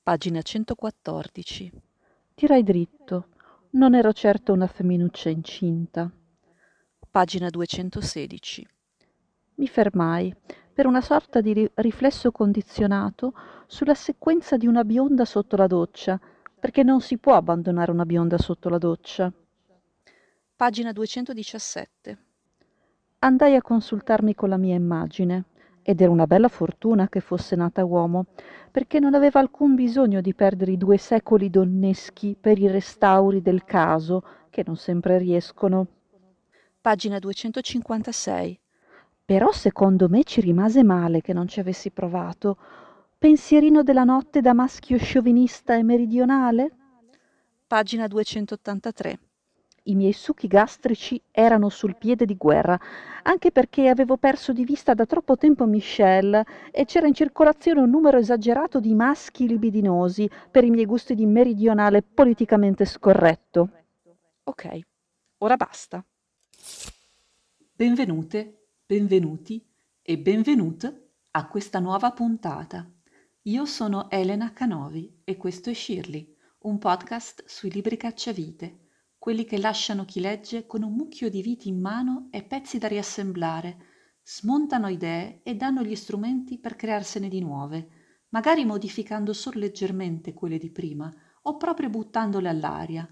Pagina 114. Tirai dritto. Non ero certo una femminuccia incinta. Pagina 216. Mi fermai, per una sorta di riflesso condizionato, sulla sequenza di una bionda sotto la doccia, perché non si può abbandonare una bionda sotto la doccia. Pagina 217. Andai a consultarmi con la mia immagine, ed era una bella fortuna che fosse nata uomo, perché non aveva alcun bisogno di perdere i 2 secoli donneschi per i restauri del caso, che non sempre riescono. Pagina 256. Però secondo me ci rimase male che non ci avessi provato. Pensierino della notte da maschio sciovinista e meridionale? Pagina 283. I miei succhi gastrici erano sul piede di guerra, anche perché avevo perso di vista da troppo tempo Michelle e c'era in circolazione un numero esagerato di maschi libidinosi per i miei gusti di meridionale politicamente scorretto. Ok, ora basta. Benvenute, benvenuti e benvenute a questa nuova puntata. Io sono Elena Canovi e questo è Shirley, un podcast sui libri cacciavite, quelli che lasciano chi legge con un mucchio di viti in mano e pezzi da riassemblare, smontano idee e danno gli strumenti per crearsene di nuove, magari modificando solo leggermente quelle di prima o proprio buttandole all'aria.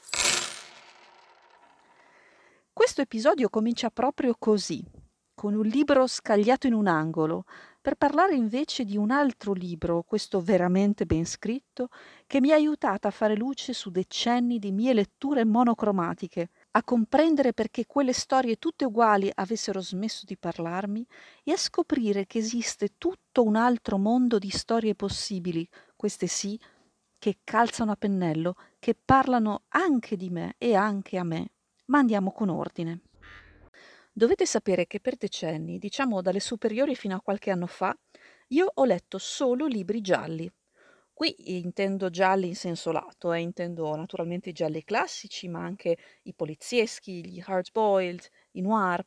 Questo episodio comincia proprio così, con un libro scagliato in un angolo, per parlare invece di un altro libro, questo veramente ben scritto, che mi ha aiutata a fare luce su decenni di mie letture monocromatiche, a comprendere perché quelle storie tutte uguali avessero smesso di parlarmi e a scoprire che esiste tutto un altro mondo di storie possibili, queste sì, che calzano a pennello, che parlano anche di me e anche a me. Ma andiamo con ordine. Dovete sapere che per decenni, diciamo dalle superiori fino a qualche anno fa, io ho letto solo libri gialli. Qui intendo gialli in senso lato, intendo naturalmente i gialli classici, ma anche i polizieschi, gli hard-boiled, i noir.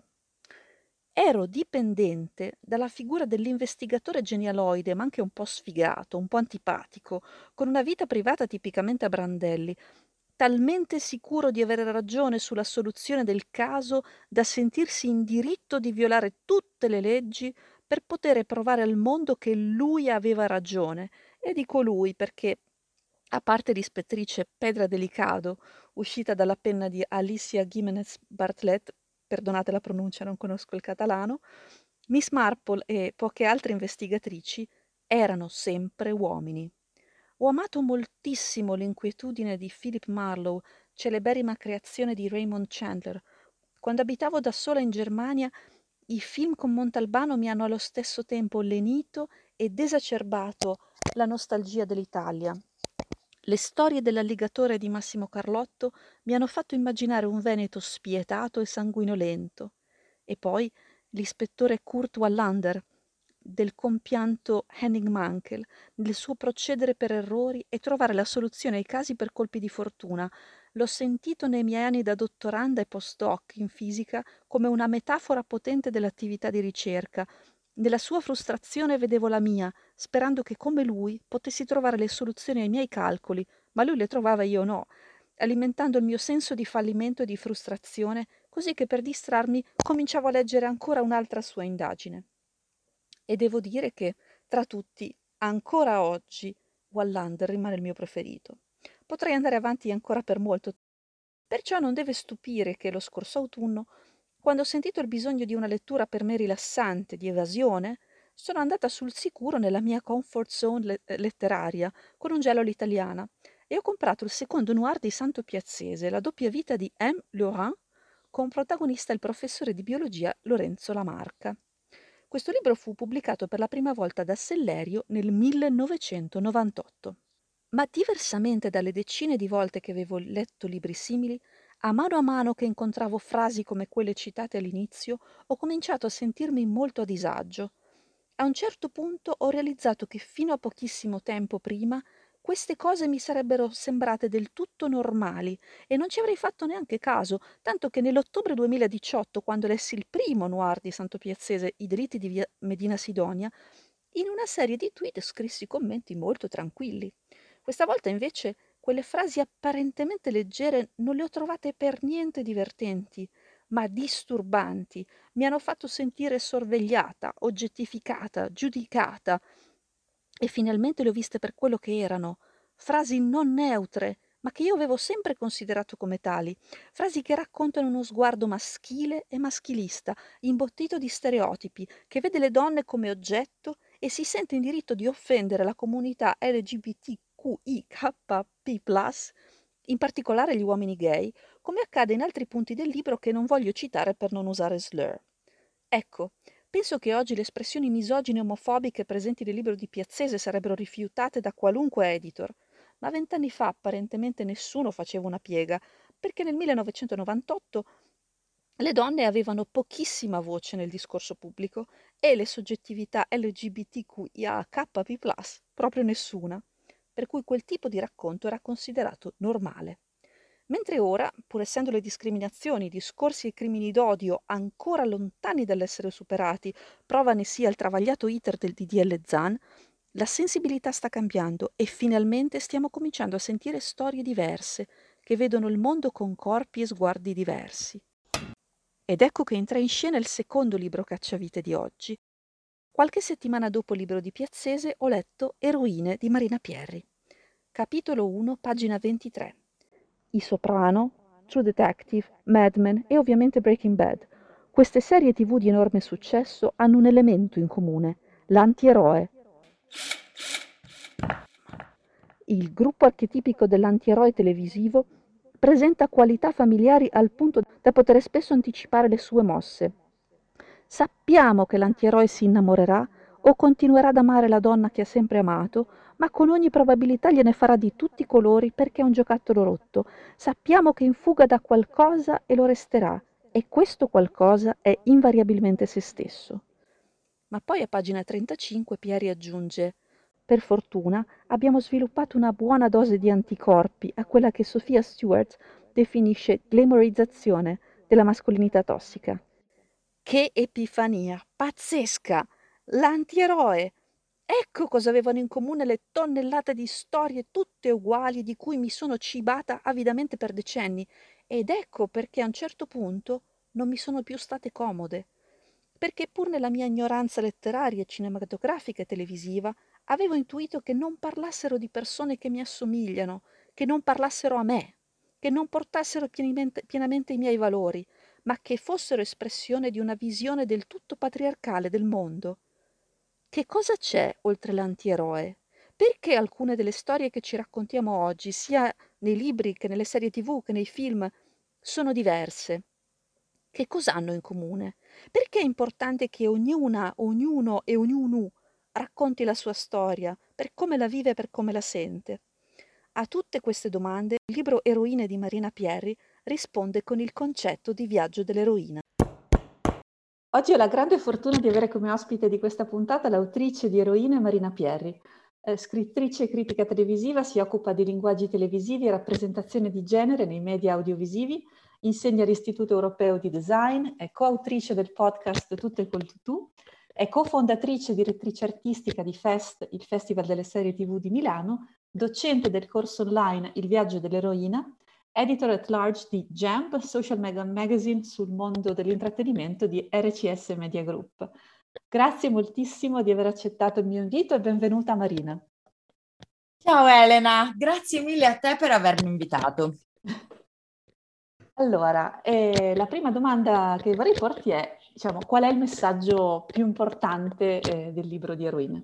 Ero dipendente dalla figura dell'investigatore genialoide, ma anche un po' sfigato, un po' antipatico, con una vita privata tipicamente a brandelli, talmente sicuro di avere ragione sulla soluzione del caso da sentirsi in diritto di violare tutte le leggi per poter provare al mondo che lui aveva ragione. E dico lui perché, a parte l'ispettrice Pedra Delicado, uscita dalla penna di Alicia Gimenez Bartlett, perdonate la pronuncia, non conosco il catalano, Miss Marple e poche altre investigatrici erano sempre uomini. Ho amato moltissimo l'inquietudine di Philip Marlowe, celeberrima creazione di Raymond Chandler. Quando abitavo da sola in Germania, i film con Montalbano mi hanno allo stesso tempo lenito ed esacerbato la nostalgia dell'Italia. Le storie dell'alligatore di Massimo Carlotto mi hanno fatto immaginare un Veneto spietato e sanguinolento. E poi l'ispettore Kurt Wallander, del compianto Henning Mankell, nel suo procedere per errori e trovare la soluzione ai casi per colpi di fortuna. L'ho sentito nei miei anni da dottoranda e postdoc in fisica come una metafora potente dell'attività di ricerca. Nella sua frustrazione vedevo la mia, sperando che come lui potessi trovare le soluzioni ai miei calcoli, ma lui le trovava e io no, alimentando il mio senso di fallimento e di frustrazione, così che per distrarmi cominciavo a leggere ancora un'altra sua indagine. E devo dire che, tra tutti, ancora oggi, Wallander rimane il mio preferito. Potrei andare avanti ancora per molto, perciò non deve stupire che lo scorso autunno, quando ho sentito il bisogno di una lettura per me rilassante, di evasione, sono andata sul sicuro nella mia comfort zone letteraria con un gelo all'italiana e ho comprato il secondo noir di Santo Piazzese, La doppia vita di M. Laurent, con protagonista il professore di biologia Lorenzo Lamarca. Questo libro fu pubblicato per la prima volta da Sellerio nel 1998. Ma diversamente dalle decine di volte che avevo letto libri simili, a mano che incontravo frasi come quelle citate all'inizio, ho cominciato a sentirmi molto a disagio. A un certo punto ho realizzato che fino a pochissimo tempo prima queste cose mi sarebbero sembrate del tutto normali e non ci avrei fatto neanche caso, tanto che nell'ottobre 2018, quando lessi il primo noir di Santo Piazzese, I delitti di via Medina Sidonia, In una serie di tweet scrissi commenti molto tranquilli. Questa volta invece quelle frasi apparentemente leggere non le ho trovate per niente divertenti, ma disturbanti. Mi hanno fatto sentire sorvegliata, oggettificata, giudicata. E finalmente le ho viste per quello che erano, frasi non neutre, ma che io avevo sempre considerato come tali, frasi che raccontano uno sguardo maschile e maschilista, imbottito di stereotipi, che vede le donne come oggetto e si sente in diritto di offendere la comunità LGBTQIKP+, in particolare gli uomini gay, come accade in altri punti del libro che non voglio citare per non usare slur. Ecco, penso che oggi le espressioni misogine e omofobiche presenti nel libro di Piazzese sarebbero rifiutate da qualunque editor, ma 20 anni fa apparentemente nessuno faceva una piega, perché nel 1998 le donne avevano pochissima voce nel discorso pubblico e le soggettività LGBTQIAKP+, proprio nessuna, per cui quel tipo di racconto era considerato normale. Mentre ora, pur essendo le discriminazioni, i discorsi e i crimini d'odio ancora lontani dall'essere superati, prova ne sia il travagliato iter del DDL Zan, la sensibilità sta cambiando e finalmente stiamo cominciando a sentire storie diverse, che vedono il mondo con corpi e sguardi diversi. Ed ecco che entra in scena il secondo libro cacciavite di oggi. Qualche settimana dopo il libro di Piazzese ho letto Eroine di Marina Pierri. Capitolo 1, pagina 23. I Soprano, True Detective, Mad Men e ovviamente Breaking Bad. Queste serie TV di enorme successo hanno un elemento in comune, l'antieroe. Il gruppo archetipico dell'antieroe televisivo presenta qualità familiari al punto da poter spesso anticipare le sue mosse. Sappiamo che l'antieroe si innamorerà o continuerà ad amare la donna che ha sempre amato, ma con ogni probabilità gliene farà di tutti i colori perché è un giocattolo rotto. Sappiamo che in fuga da qualcosa e lo resterà, e questo qualcosa è invariabilmente se stesso. Ma poi a pagina 35 Pieri aggiunge: per fortuna abbiamo sviluppato una buona dose di anticorpi a quella che Sophia Stewart definisce glamorizzazione della mascolinità tossica. Che epifania! Pazzesca! L'antieroe! Ecco cosa avevano in comune le tonnellate di storie tutte uguali di cui mi sono cibata avidamente per decenni, ed ecco perché a un certo punto non mi sono più state comode. Perché pur nella mia ignoranza letteraria, cinematografica e televisiva, avevo intuito che non parlassero di persone che mi assomigliano, che non parlassero a me, che non portassero pienamente i miei valori, ma che fossero espressione di una visione del tutto patriarcale del mondo. Che cosa c'è oltre l'antieroe? Perché alcune delle storie che ci raccontiamo oggi, sia nei libri che nelle serie TV che nei film, sono diverse? Che cosa hanno in comune? Perché è importante che ognuna, ognuno e ognuno racconti la sua storia, per come la vive e per come la sente? A tutte queste domande, il libro Eroine di Marina Pierri risponde con il concetto di viaggio dell'eroina. Oggi ho la grande fortuna di avere come ospite di questa puntata l'autrice di Eroine Marina Pierri. Scrittrice e critica televisiva, si occupa di linguaggi televisivi e rappresentazione di genere nei media audiovisivi, insegna all'Istituto Europeo di Design, è coautrice del podcast Tutto e col tutù, è cofondatrice e direttrice artistica di Fest, il Festival delle serie TV di Milano, docente del corso online Il viaggio dell'eroina, editor at large di Jump, social media magazine sul mondo dell'intrattenimento di RCS Media Group. Grazie moltissimo di aver accettato il mio invito e benvenuta Marina. Ciao Elena, grazie mille a te per avermi invitato. Allora, la prima domanda che vorrei porti è, diciamo, qual è il messaggio più importante del libro di Eroine?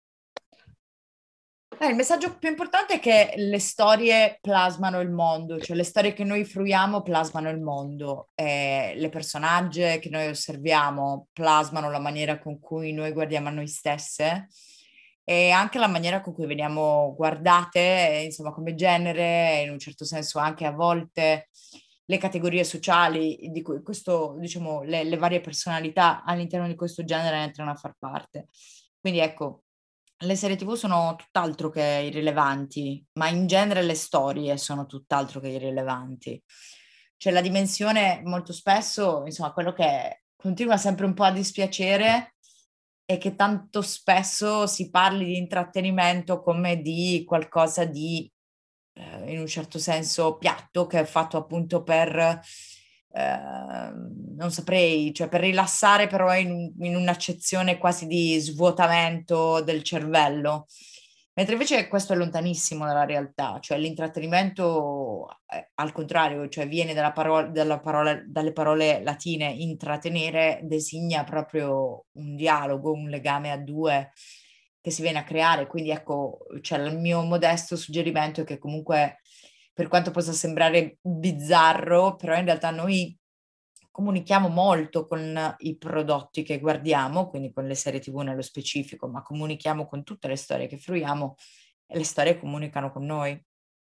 Il messaggio più importante è che le storie plasmano il mondo, cioè le storie che noi fruiamo plasmano il mondo, le personaggi che noi osserviamo plasmano la maniera con cui noi guardiamo a noi stesse e anche la maniera con cui veniamo guardate, insomma, come genere, in un certo senso anche a volte le categorie sociali di cui questo, diciamo, le varie personalità all'interno di questo genere entrano a far parte. Quindi ecco, le serie TV sono tutt'altro che irrilevanti, ma in genere le storie sono tutt'altro che irrilevanti. Cioè la dimensione molto spesso, insomma, quello che continua sempre un po' a dispiacere è che tanto spesso si parli di intrattenimento come di qualcosa di, in un certo senso, piatto, che è fatto appunto per, non saprei, cioè per rilassare, però in un'accezione quasi di svuotamento del cervello. Mentre invece questo è lontanissimo dalla realtà, cioè l'intrattenimento, al contrario, cioè viene dalle parole latine intrattenere, designa proprio un dialogo, un legame a due che si viene a creare. Quindi ecco, cioè il mio modesto suggerimento è che comunque, per quanto possa sembrare bizzarro, però in realtà noi comunichiamo molto con i prodotti che guardiamo, quindi con le serie TV nello specifico, ma comunichiamo con tutte le storie che fruiamo e le storie comunicano con noi.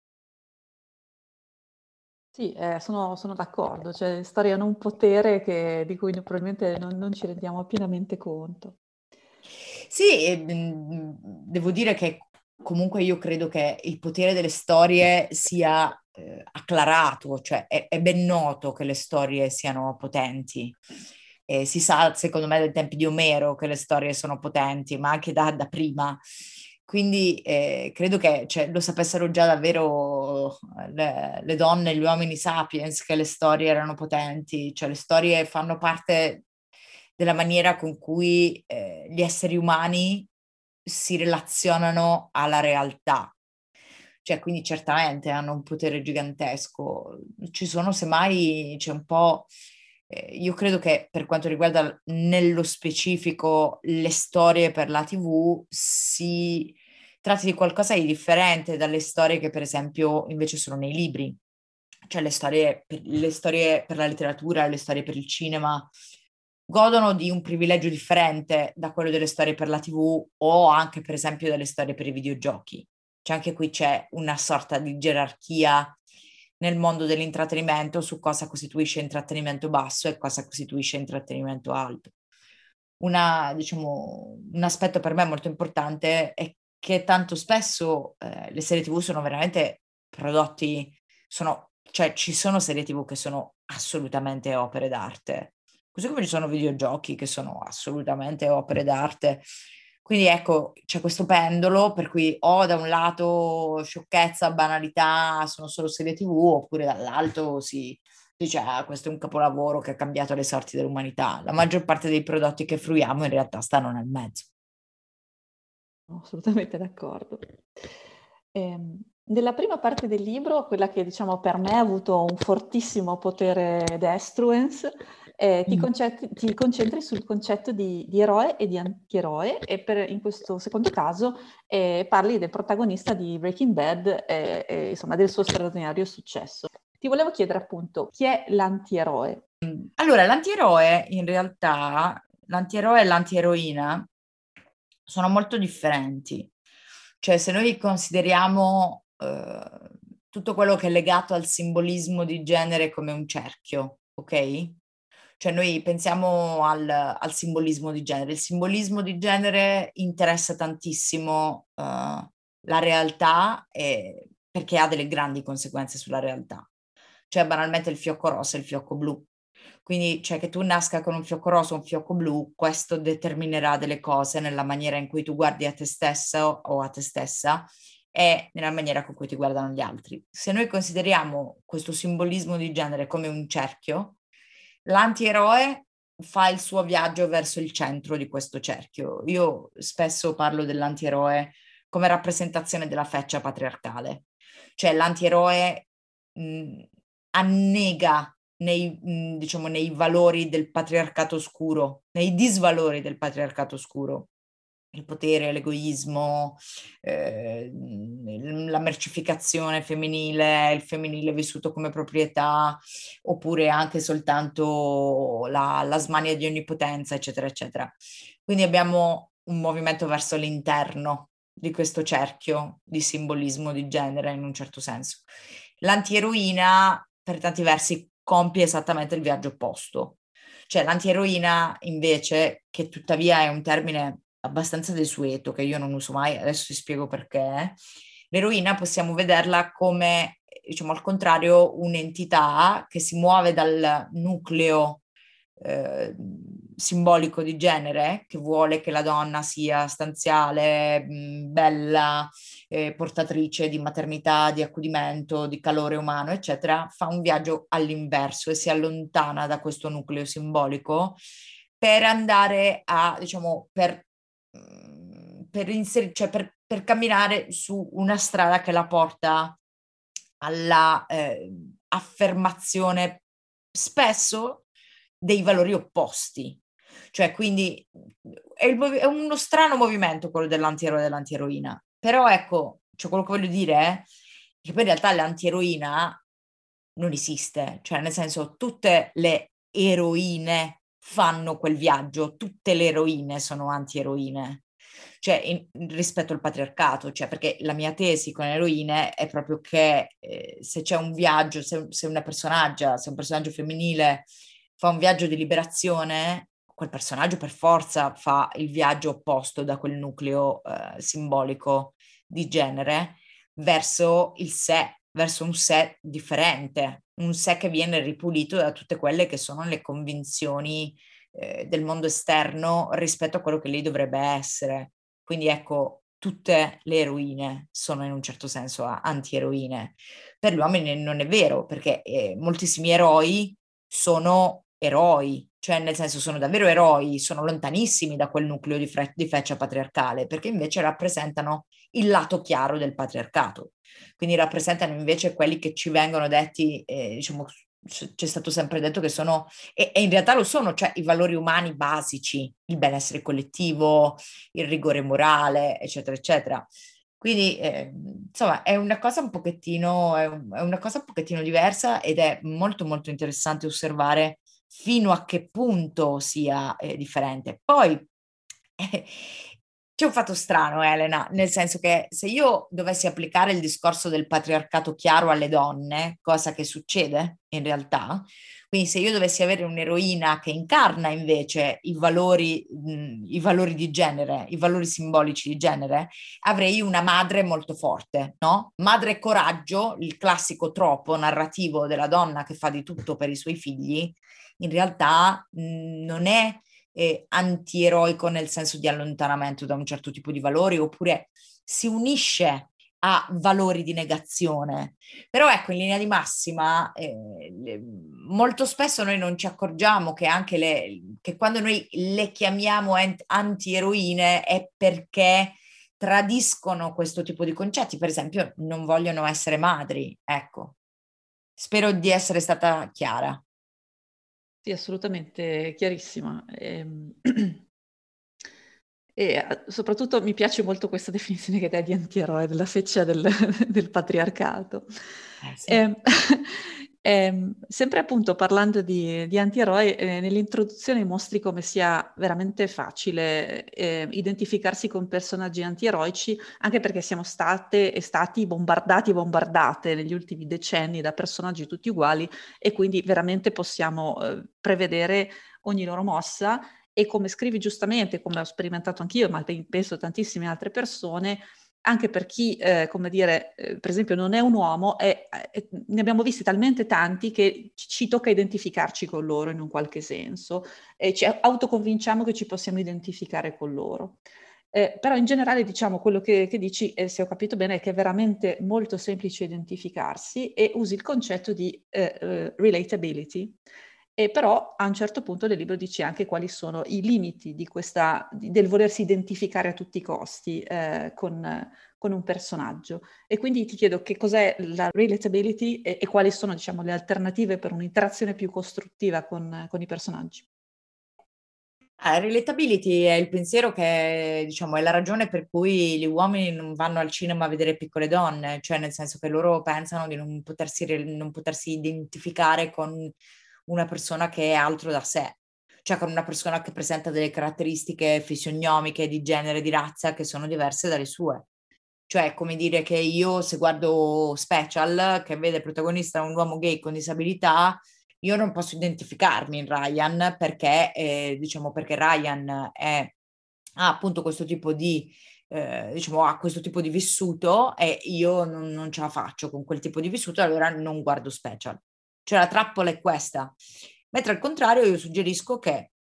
Sì, sono d'accordo, cioè storie hanno un potere di cui probabilmente non ci rendiamo pienamente conto. Sì, devo dire che comunque io credo che il potere delle storie sia acclarato, cioè è ben noto che le storie siano potenti. Si sa, secondo me, dai tempi di Omero che le storie sono potenti, ma anche da prima. Quindi credo che cioè, lo sapessero già davvero le donne, gli uomini sapiens, che le storie erano potenti, cioè le storie fanno parte della maniera con cui gli esseri umani si relazionano alla realtà. Cioè, quindi certamente hanno un potere gigantesco. Ci sono, semmai, c'è un po'. Io credo che per quanto riguarda nello specifico le storie per la TV, si tratti di qualcosa di differente dalle storie che, per esempio, invece sono nei libri. Cioè, le storie per la letteratura, le storie per il cinema godono di un privilegio differente da quello delle storie per la TV o anche, per esempio, delle storie per i videogiochi. Cioè anche qui c'è una sorta di gerarchia nel mondo dell'intrattenimento su cosa costituisce intrattenimento basso e cosa costituisce intrattenimento alto. Diciamo, un aspetto per me molto importante è che tanto spesso le serie TV sono veramente prodotti, cioè ci sono serie TV che sono assolutamente opere d'arte, così come ci sono videogiochi che sono assolutamente opere d'arte. Quindi ecco, c'è questo pendolo per cui o da un lato sciocchezza, banalità, sono solo serie TV, oppure dall'altro si dice, ah, questo è un capolavoro che ha cambiato le sorti dell'umanità. La maggior parte dei prodotti che fruiamo in realtà stanno nel mezzo. Sono assolutamente d'accordo. Nella prima parte del libro, quella che diciamo per me ha avuto un fortissimo potere destruens, Mm. ti concentri sul concetto di eroe e di antieroe e in questo secondo caso parli del protagonista di Breaking Bad e insomma del suo straordinario successo. Ti volevo chiedere appunto chi è l'antieroe? Allora, l'antieroe in realtà, l'antieroe e l'antieroina sono molto differenti. Cioè, se noi consideriamo tutto quello che è legato al simbolismo di genere come un cerchio, ok? Cioè, noi pensiamo al simbolismo di genere. Il simbolismo di genere interessa tantissimo la realtà perché ha delle grandi conseguenze sulla realtà. Cioè, banalmente il fiocco rosso e il fiocco blu. Quindi, cioè, che tu nasca con un fiocco rosso o un fiocco blu, questo determinerà delle cose nella maniera in cui tu guardi a te stessa o a te stessa e nella maniera con cui ti guardano gli altri. Se noi consideriamo questo simbolismo di genere come un cerchio, l'antieroe fa il suo viaggio verso il centro di questo cerchio. Io spesso parlo dell'antieroe come rappresentazione della feccia patriarcale, cioè l'antieroe mh, annega diciamo, nei valori del patriarcato scuro, nei disvalori del patriarcato scuro, il potere, l'egoismo, la mercificazione femminile, il femminile vissuto come proprietà, oppure anche soltanto la smania di onnipotenza, eccetera, eccetera. Quindi abbiamo un movimento verso l'interno di questo cerchio di simbolismo di genere in un certo senso. L'antieroina, per tanti versi, compie esattamente il viaggio opposto. Cioè l'antieroina, invece, che tuttavia è un termine abbastanza desueto, che io non uso mai, adesso ti spiego perché, l'eroina possiamo vederla come, diciamo, al contrario, un'entità che si muove dal nucleo simbolico di genere, che vuole che la donna sia stanziale, bella, portatrice di maternità, di accudimento, di calore umano, eccetera, fa un viaggio all'inverso e si allontana da questo nucleo simbolico per andare a, diciamo, cioè per camminare su una strada che la porta alla affermazione spesso dei valori opposti. Cioè, quindi è uno strano movimento quello dell'antieroe e dell'antieroina. Però ecco, cioè quello che voglio dire è che poi in realtà l'antieroina non esiste. Cioè, nel senso, tutte le eroine fanno quel viaggio, tutte le eroine sono antieroine. Cioè, rispetto al patriarcato, cioè, perché la mia tesi con le eroine è proprio che se c'è un viaggio, se un personaggio femminile fa un viaggio di liberazione, quel personaggio per forza fa il viaggio opposto da quel nucleo simbolico di genere verso il sé, verso un sé differente, un sé che viene ripulito da tutte quelle che sono le convinzioni del mondo esterno rispetto a quello che lei dovrebbe essere. Quindi ecco, tutte le eroine sono in un certo senso antieroine. Per gli uomini non è vero, perché moltissimi eroi sono eroi, cioè nel senso sono davvero eroi, sono lontanissimi da quel nucleo di feccia patriarcale, perché invece rappresentano il lato chiaro del patriarcato. Quindi rappresentano invece quelli che ci vengono detti, diciamo, c'è stato sempre detto che sono, e in realtà lo sono, cioè i valori umani basici, il benessere collettivo, il rigore morale, eccetera, eccetera. Quindi, insomma, è una cosa un pochettino, è una cosa un pochettino diversa ed è molto, molto interessante osservare fino a che punto sia differente. Poi c'è un fatto strano, Elena, nel senso che se io dovessi applicare il discorso del patriarcato chiaro alle donne, cosa che succede in realtà, quindi se io dovessi avere un'eroina che incarna invece i valori di genere, i valori simbolici di genere, avrei una madre molto forte, no? Madre e coraggio, il classico troppo narrativo della donna che fa di tutto per i suoi figli, in realtà non è antieroico nel senso di allontanamento da un certo tipo di valori, oppure si unisce a valori di negazione. Però ecco, in linea di massima, molto spesso noi non ci accorgiamo che anche che quando noi le chiamiamo antieroine è perché tradiscono questo tipo di concetti, per esempio non vogliono essere madri, ecco. Spero di essere stata chiara. Sì, assolutamente chiarissima. E soprattutto mi piace molto questa definizione che dai di antieroe, della feccia del patriarcato. Sì. Ehm, sempre appunto parlando di antieroi, nell'introduzione mostri come sia veramente facile identificarsi con personaggi antieroici, anche perché siamo state e stati bombardati e bombardate negli ultimi decenni da personaggi tutti uguali e quindi veramente possiamo prevedere ogni loro mossa. E come scrivi giustamente, come ho sperimentato anch'io, ma penso tantissime altre persone, anche per chi, come dire, per esempio non è un uomo, ne abbiamo visti talmente tanti che ci tocca identificarci con loro in un qualche senso e ci autoconvinciamo che ci possiamo identificare con loro. Però in generale diciamo quello che dici, se ho capito bene, è che è veramente molto semplice identificarsi e usi il concetto di relatability. E però a un certo punto nel libro dici anche quali sono i limiti del volersi identificare a tutti i costi con un personaggio. E quindi ti chiedo che cos'è la relatability e quali sono, diciamo, le alternative per un'interazione più costruttiva con i personaggi. Relatability è il pensiero che, diciamo, è la ragione per cui gli uomini non vanno al cinema a vedere piccole donne, cioè nel senso che loro pensano di non potersi identificare con una persona che è altro da sé, cioè con una persona che presenta delle caratteristiche fisionomiche di genere, di razza che sono diverse dalle sue. Cioè, è come dire che io se guardo Special, che vede protagonista un uomo gay con disabilità, io non posso identificarmi in Ryan perché, diciamo, perché Ryan ha appunto questo tipo di, diciamo, ha questo tipo di vissuto e io non ce la faccio con quel tipo di vissuto, allora non guardo Special. Cioè la trappola è questa. Mentre al contrario io suggerisco che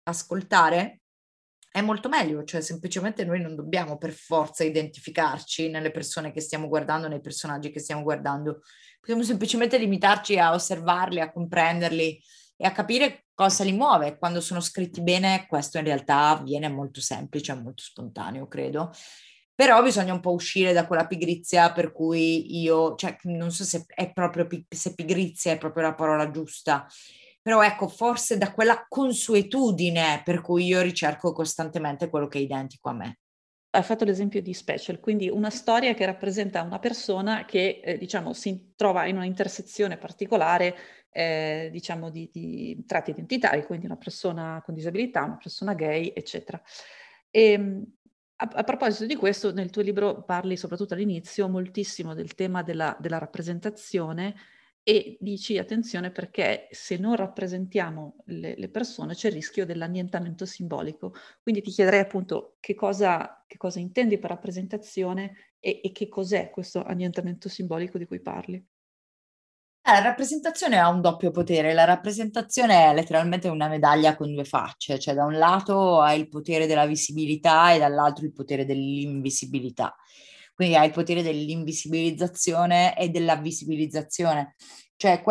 ascoltare, è molto meglio, cioè semplicemente noi non dobbiamo per forza identificarci nelle persone che stiamo guardando, nei personaggi che stiamo guardando, possiamo semplicemente limitarci a osservarli, a comprenderli e a capire cosa li muove. Quando sono scritti bene, questo in realtà avviene molto semplice, molto spontaneo, credo. Però bisogna un po' uscire da quella pigrizia per cui io, cioè non so se è proprio, se pigrizia è proprio la parola giusta, però ecco, forse da quella consuetudine per cui io ricerco costantemente quello che è identico a me. Hai fatto l'esempio di Special, quindi una storia che rappresenta una persona che, diciamo, si trova in una intersezione particolare, diciamo, di tratti identitari, quindi una persona con disabilità, una persona gay, eccetera. Ehm, a proposito di questo, nel tuo libro parli, soprattutto all'inizio, moltissimo del tema della rappresentazione e dici: "Attenzione perché se non rappresentiamo le persone c'è il rischio dell'annientamento simbolico". Quindi ti chiederei appunto che cosa intendi per rappresentazione e che cos'è questo annientamento simbolico di cui parli. La rappresentazione ha un doppio potere, la rappresentazione è letteralmente una medaglia con due facce, cioè da un lato hai il potere della visibilità e dall'altro il potere dell'invisibilità. Quindi hai il potere dell'invisibilizzazione e della visibilizzazione, cioè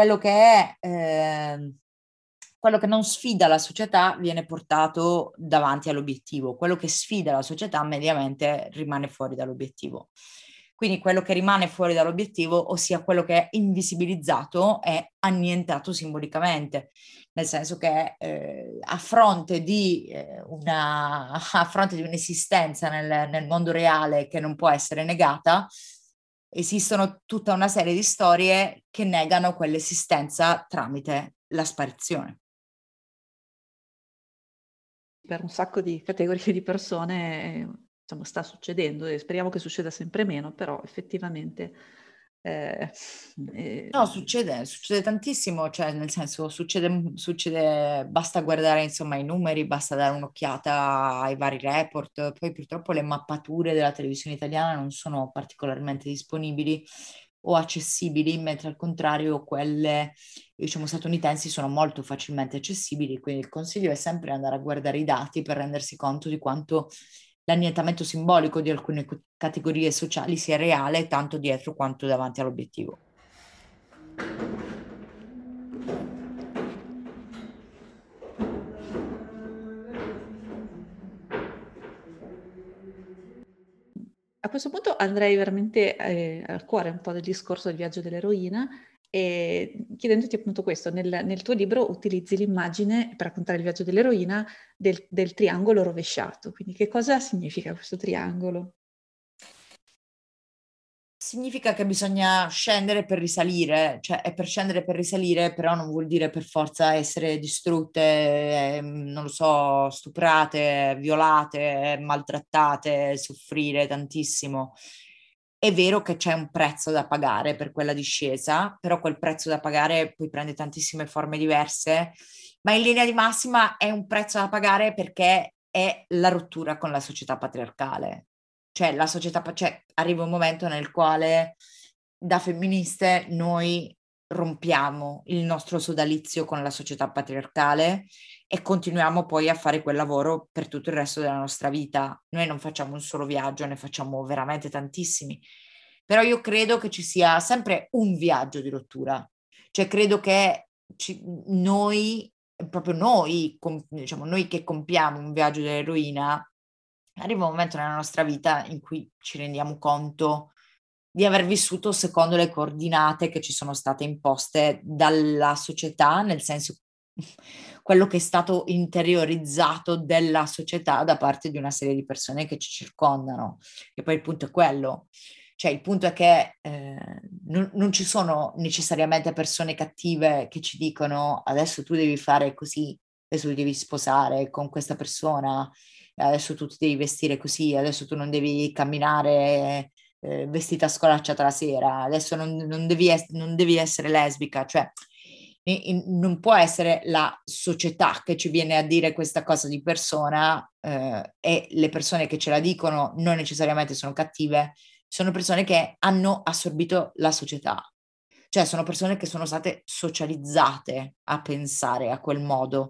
quello che non sfida la società viene portato davanti all'obiettivo, quello che sfida la società mediamente rimane fuori dall'obiettivo. Quindi quello che rimane fuori dall'obiettivo, ossia quello che è invisibilizzato, è annientato simbolicamente, nel senso che a fronte di a fronte di un'esistenza nel mondo reale che non può essere negata, esistono tutta una serie di storie che negano quell'esistenza tramite la sparizione. Per un sacco di categorie di persone, insomma sta succedendo e speriamo che succeda sempre meno, però effettivamente, ehm, No, ehm succede tantissimo, cioè nel senso succede, basta guardare insomma i numeri, basta dare un'occhiata ai vari report, poi purtroppo le mappature della televisione italiana non sono particolarmente disponibili o accessibili, mentre al contrario quelle, diciamo, statunitensi sono molto facilmente accessibili, quindi il consiglio è sempre andare a guardare i dati per rendersi conto di quanto l'annientamento simbolico di alcune categorie sociali sia reale tanto dietro quanto davanti all'obiettivo. A questo punto andrei veramente, al cuore un po' del discorso del viaggio dell'eroina, chiedendoti appunto questo: nel tuo libro utilizzi l'immagine per raccontare il viaggio dell'eroina del triangolo rovesciato. Quindi che cosa significa questo triangolo? Significa che bisogna scendere per risalire, cioè è per scendere per risalire, però non vuol dire per forza essere distrutte, non lo so, stuprate, violate, maltrattate, soffrire tantissimo. È vero che c'è un prezzo da pagare per quella discesa, però quel prezzo da pagare poi prende tantissime forme diverse, ma in linea di massima è un prezzo da pagare perché è la rottura con la società patriarcale. Cioè la società, cioè arriva un momento nel quale da femministe noi rompiamo il nostro sodalizio con la società patriarcale e continuiamo poi a fare quel lavoro per tutto il resto della nostra vita. Noi non facciamo un solo viaggio, ne facciamo veramente tantissimi. Però io credo che ci sia sempre un viaggio di rottura. Cioè credo che noi, proprio noi, diciamo, noi che compiamo un viaggio dell'eroina, arriva un momento nella nostra vita in cui ci rendiamo conto di aver vissuto secondo le coordinate che ci sono state imposte dalla società, nel senso quello che è stato interiorizzato della società da parte di una serie di persone che ci circondano. E poi il punto è quello. Cioè, il punto è che non ci sono necessariamente persone cattive che ci dicono adesso tu devi fare così, adesso tu devi sposare con questa persona, adesso tu ti devi vestire così, adesso tu non devi camminare vestita scolacciata la sera, adesso non devi essere lesbica, cioè non può essere la società che ci viene a dire questa cosa di persona e le persone che ce la dicono non necessariamente sono cattive, sono persone che hanno assorbito la società. Cioè sono persone che sono state socializzate a pensare a quel modo.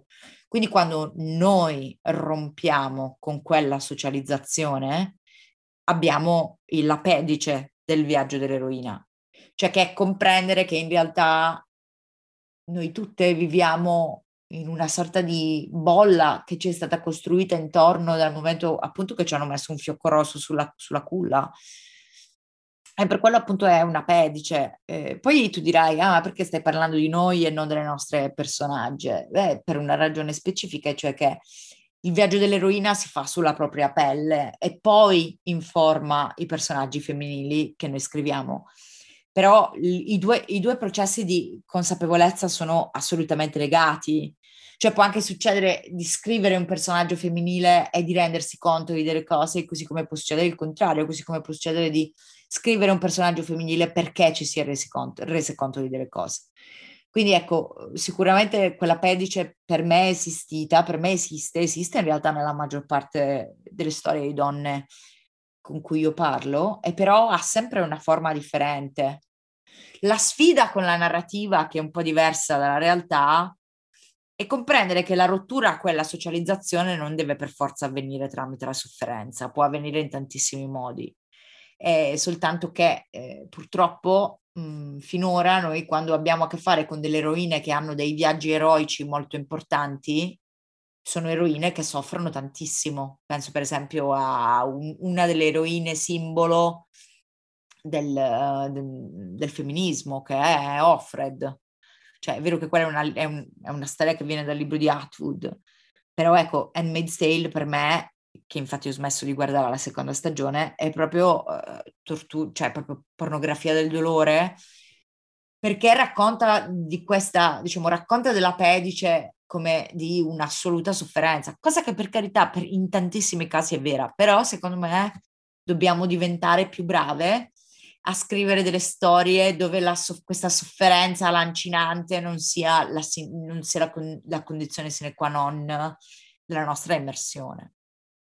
Quindi quando noi rompiamo con quella socializzazione, abbiamo l'appendice del viaggio dell'eroina, cioè che è comprendere che in realtà noi tutte viviamo in una sorta di bolla che ci è stata costruita intorno dal momento appunto che ci hanno messo un fiocco rosso sulla culla. E per quello appunto è una pedice. Poi tu dirai, ah, ma perché stai parlando di noi e non delle nostre personagge? Beh, per una ragione specifica, cioè che il viaggio dell'eroina si fa sulla propria pelle e poi informa i personaggi femminili che noi scriviamo. Però i due processi di consapevolezza sono assolutamente legati. Cioè può anche succedere di scrivere un personaggio femminile e di rendersi conto di delle cose, così come può succedere il contrario, così come può succedere di scrivere un personaggio femminile perché ci si è rese conto di delle cose. Quindi ecco, sicuramente quella pedice per me è esistita, per me esiste in realtà nella maggior parte delle storie di donne con cui io parlo, e però ha sempre una forma differente. La sfida con la narrativa, che è un po' diversa dalla realtà, è comprendere che la rottura a quella socializzazione non deve per forza avvenire tramite la sofferenza, può avvenire in tantissimi modi. Soltanto che purtroppo finora noi quando abbiamo a che fare con delle eroine che hanno dei viaggi eroici molto importanti, sono eroine che soffrono tantissimo. Penso per esempio a una delle eroine simbolo del femminismo, che è Offred. Cioè, è vero che quella è una storia che viene dal libro di Atwood, però ecco, Handmaid's Tale per me, che infatti ho smesso di guardare la seconda stagione, è proprio cioè proprio pornografia del dolore, perché racconta di questa, diciamo, racconta della pedice come di un'assoluta sofferenza, cosa che per carità in tantissimi casi è vera, però secondo me dobbiamo diventare più brave a scrivere delle storie dove questa sofferenza lancinante non sia la condizione sine qua non della nostra immersione.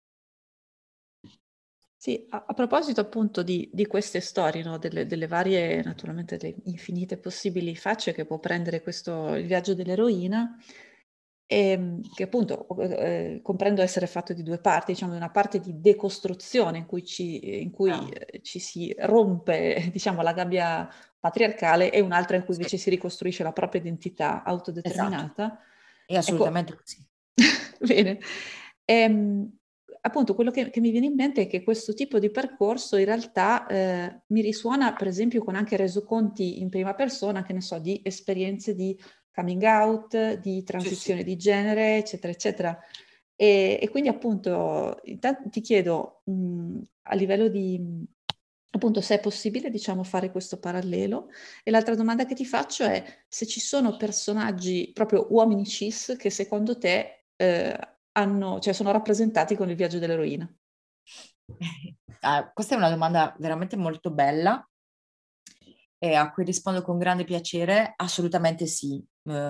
Sì, a proposito appunto di queste storie, no, delle varie, naturalmente, delle infinite possibili facce che può prendere il viaggio dell'eroina, che appunto comprendo essere fatto di due parti, diciamo una parte di decostruzione in cui ci si rompe, diciamo, la gabbia patriarcale, e un'altra in cui Sì, invece si ricostruisce la propria identità esatto, autodeterminata. è Ecco, assolutamente così. bene. Ehm, Appunto, quello che mi viene in mente è che questo tipo di percorso in realtà mi risuona, per esempio, con anche resoconti in prima persona, che ne so, di esperienze di coming out, di Sì, sì. transizione di genere, eccetera, eccetera. E quindi appunto, intanto ti chiedo a livello di, appunto, se è possibile, diciamo, fare questo parallelo. E l'altra domanda che ti faccio è se ci sono personaggi, proprio uomini cis, che secondo te cioè sono rappresentati con il viaggio dell'eroina. Questa è una domanda veramente molto bella e a cui rispondo con grande piacere. Assolutamente sì.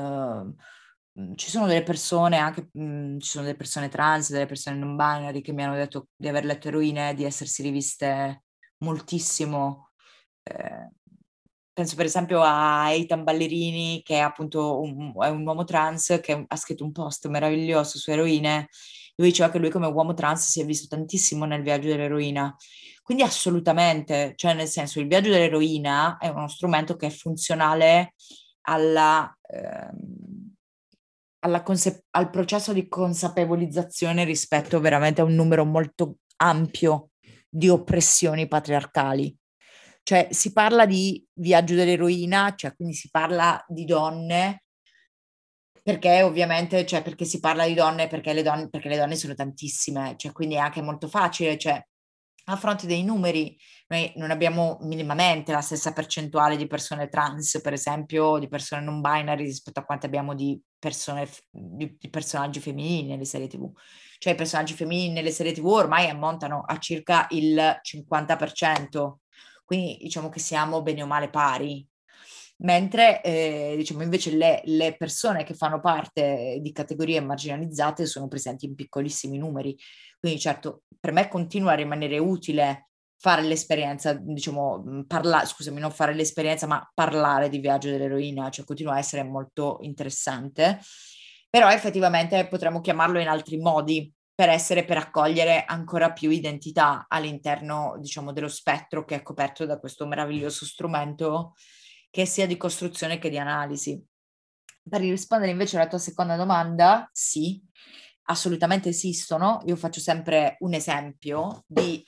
Ci sono delle persone, anche ci sono delle persone trans, delle persone non binary che mi hanno detto di aver letto Eroine e di essersi riviste moltissimo. Eh, Penso per esempio a Eitan Ballerini, che è appunto è un uomo trans che ha scritto un post meraviglioso su Eroine, dove diceva che lui come uomo trans si è visto tantissimo nel viaggio dell'eroina. Quindi assolutamente, cioè nel senso il viaggio dell'eroina è uno strumento che è funzionale al processo di consapevolizzazione rispetto veramente a un numero molto ampio di oppressioni patriarcali. Cioè si parla di viaggio dell'eroina, cioè quindi si parla di donne, perché ovviamente, cioè perché si parla di donne, perché le donne sono tantissime, cioè quindi è anche molto facile, cioè a fronte dei numeri noi non abbiamo minimamente la stessa percentuale di persone trans, per esempio, di persone non binary rispetto a quante abbiamo di di personaggi femminili nelle serie TV. Cioè i personaggi femminili nelle serie TV ormai ammontano a circa il 50%, quindi diciamo che siamo bene o male pari. Mentre diciamo invece le persone che fanno parte di categorie marginalizzate sono presenti in piccolissimi numeri. Quindi certo, per me continua a rimanere utile fare l'esperienza, diciamo, scusami, non fare l'esperienza, ma parlare di viaggio dell'eroina, cioè continua a essere molto interessante. Però effettivamente potremmo chiamarlo in altri modi per accogliere ancora più identità all'interno, diciamo, dello spettro che è coperto da questo meraviglioso strumento che sia di costruzione che di analisi. Per rispondere invece alla tua seconda domanda, sì, assolutamente esistono. Io faccio sempre un esempio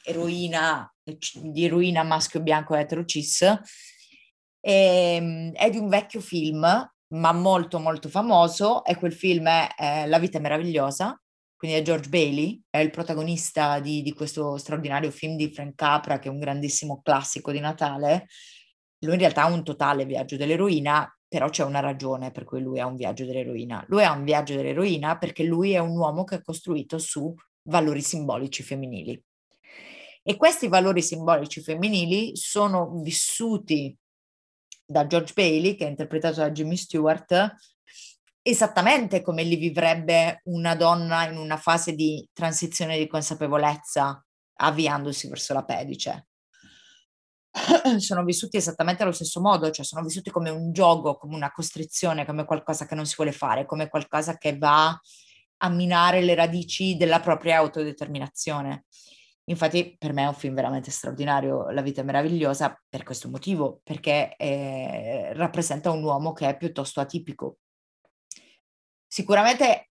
di eroina maschio bianco etero cis. È di un vecchio film, ma molto molto famoso, e quel film è La vita è meravigliosa, quindi è George Bailey, è il protagonista di questo straordinario film di Frank Capra, che è un grandissimo classico di Natale. Lui in realtà ha un totale viaggio dell'eroina, però c'è una ragione per cui lui ha un viaggio dell'eroina. Lui ha un viaggio dell'eroina perché lui è un uomo che è costruito su valori simbolici femminili. E questi valori simbolici femminili sono vissuti da George Bailey, che è interpretato da Jimmy Stewart, esattamente come li vivrebbe una donna in una fase di transizione di consapevolezza, avviandosi verso la pedice. Sono vissuti esattamente allo stesso modo, cioè sono vissuti come un gioco, come una costrizione, come qualcosa che non si vuole fare, come qualcosa che va a minare le radici della propria autodeterminazione. Infatti per me è un film veramente straordinario, La vita è meravigliosa, per questo motivo, perché rappresenta un uomo che è piuttosto atipico. Sicuramente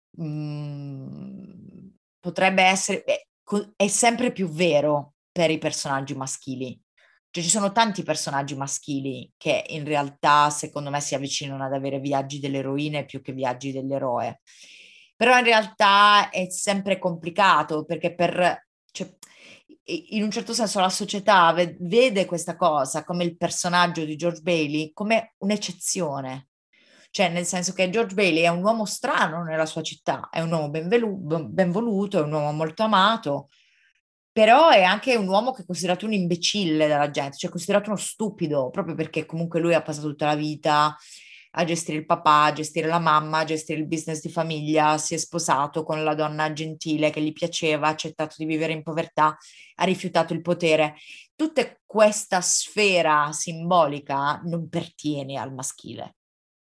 potrebbe essere, è sempre più vero per i personaggi maschili. Cioè, ci sono tanti personaggi maschili che in realtà, secondo me, si avvicinano ad avere viaggi dell'eroina più che viaggi dell'eroe. Però in realtà è sempre complicato perché cioè, in un certo senso la società vede questa cosa come il personaggio di George Bailey come un'eccezione. Cioè, nel senso che George Bailey è un uomo strano nella sua città, è un uomo ben voluto, è un uomo molto amato, però è anche un uomo che è considerato un imbecille dalla gente, cioè considerato uno stupido, proprio perché comunque lui ha passato tutta la vita a gestire il papà, a gestire la mamma, a gestire il business di famiglia, si è sposato con la donna gentile che gli piaceva, ha accettato di vivere in povertà, ha rifiutato il potere. Tutta questa sfera simbolica non pertiene al maschile.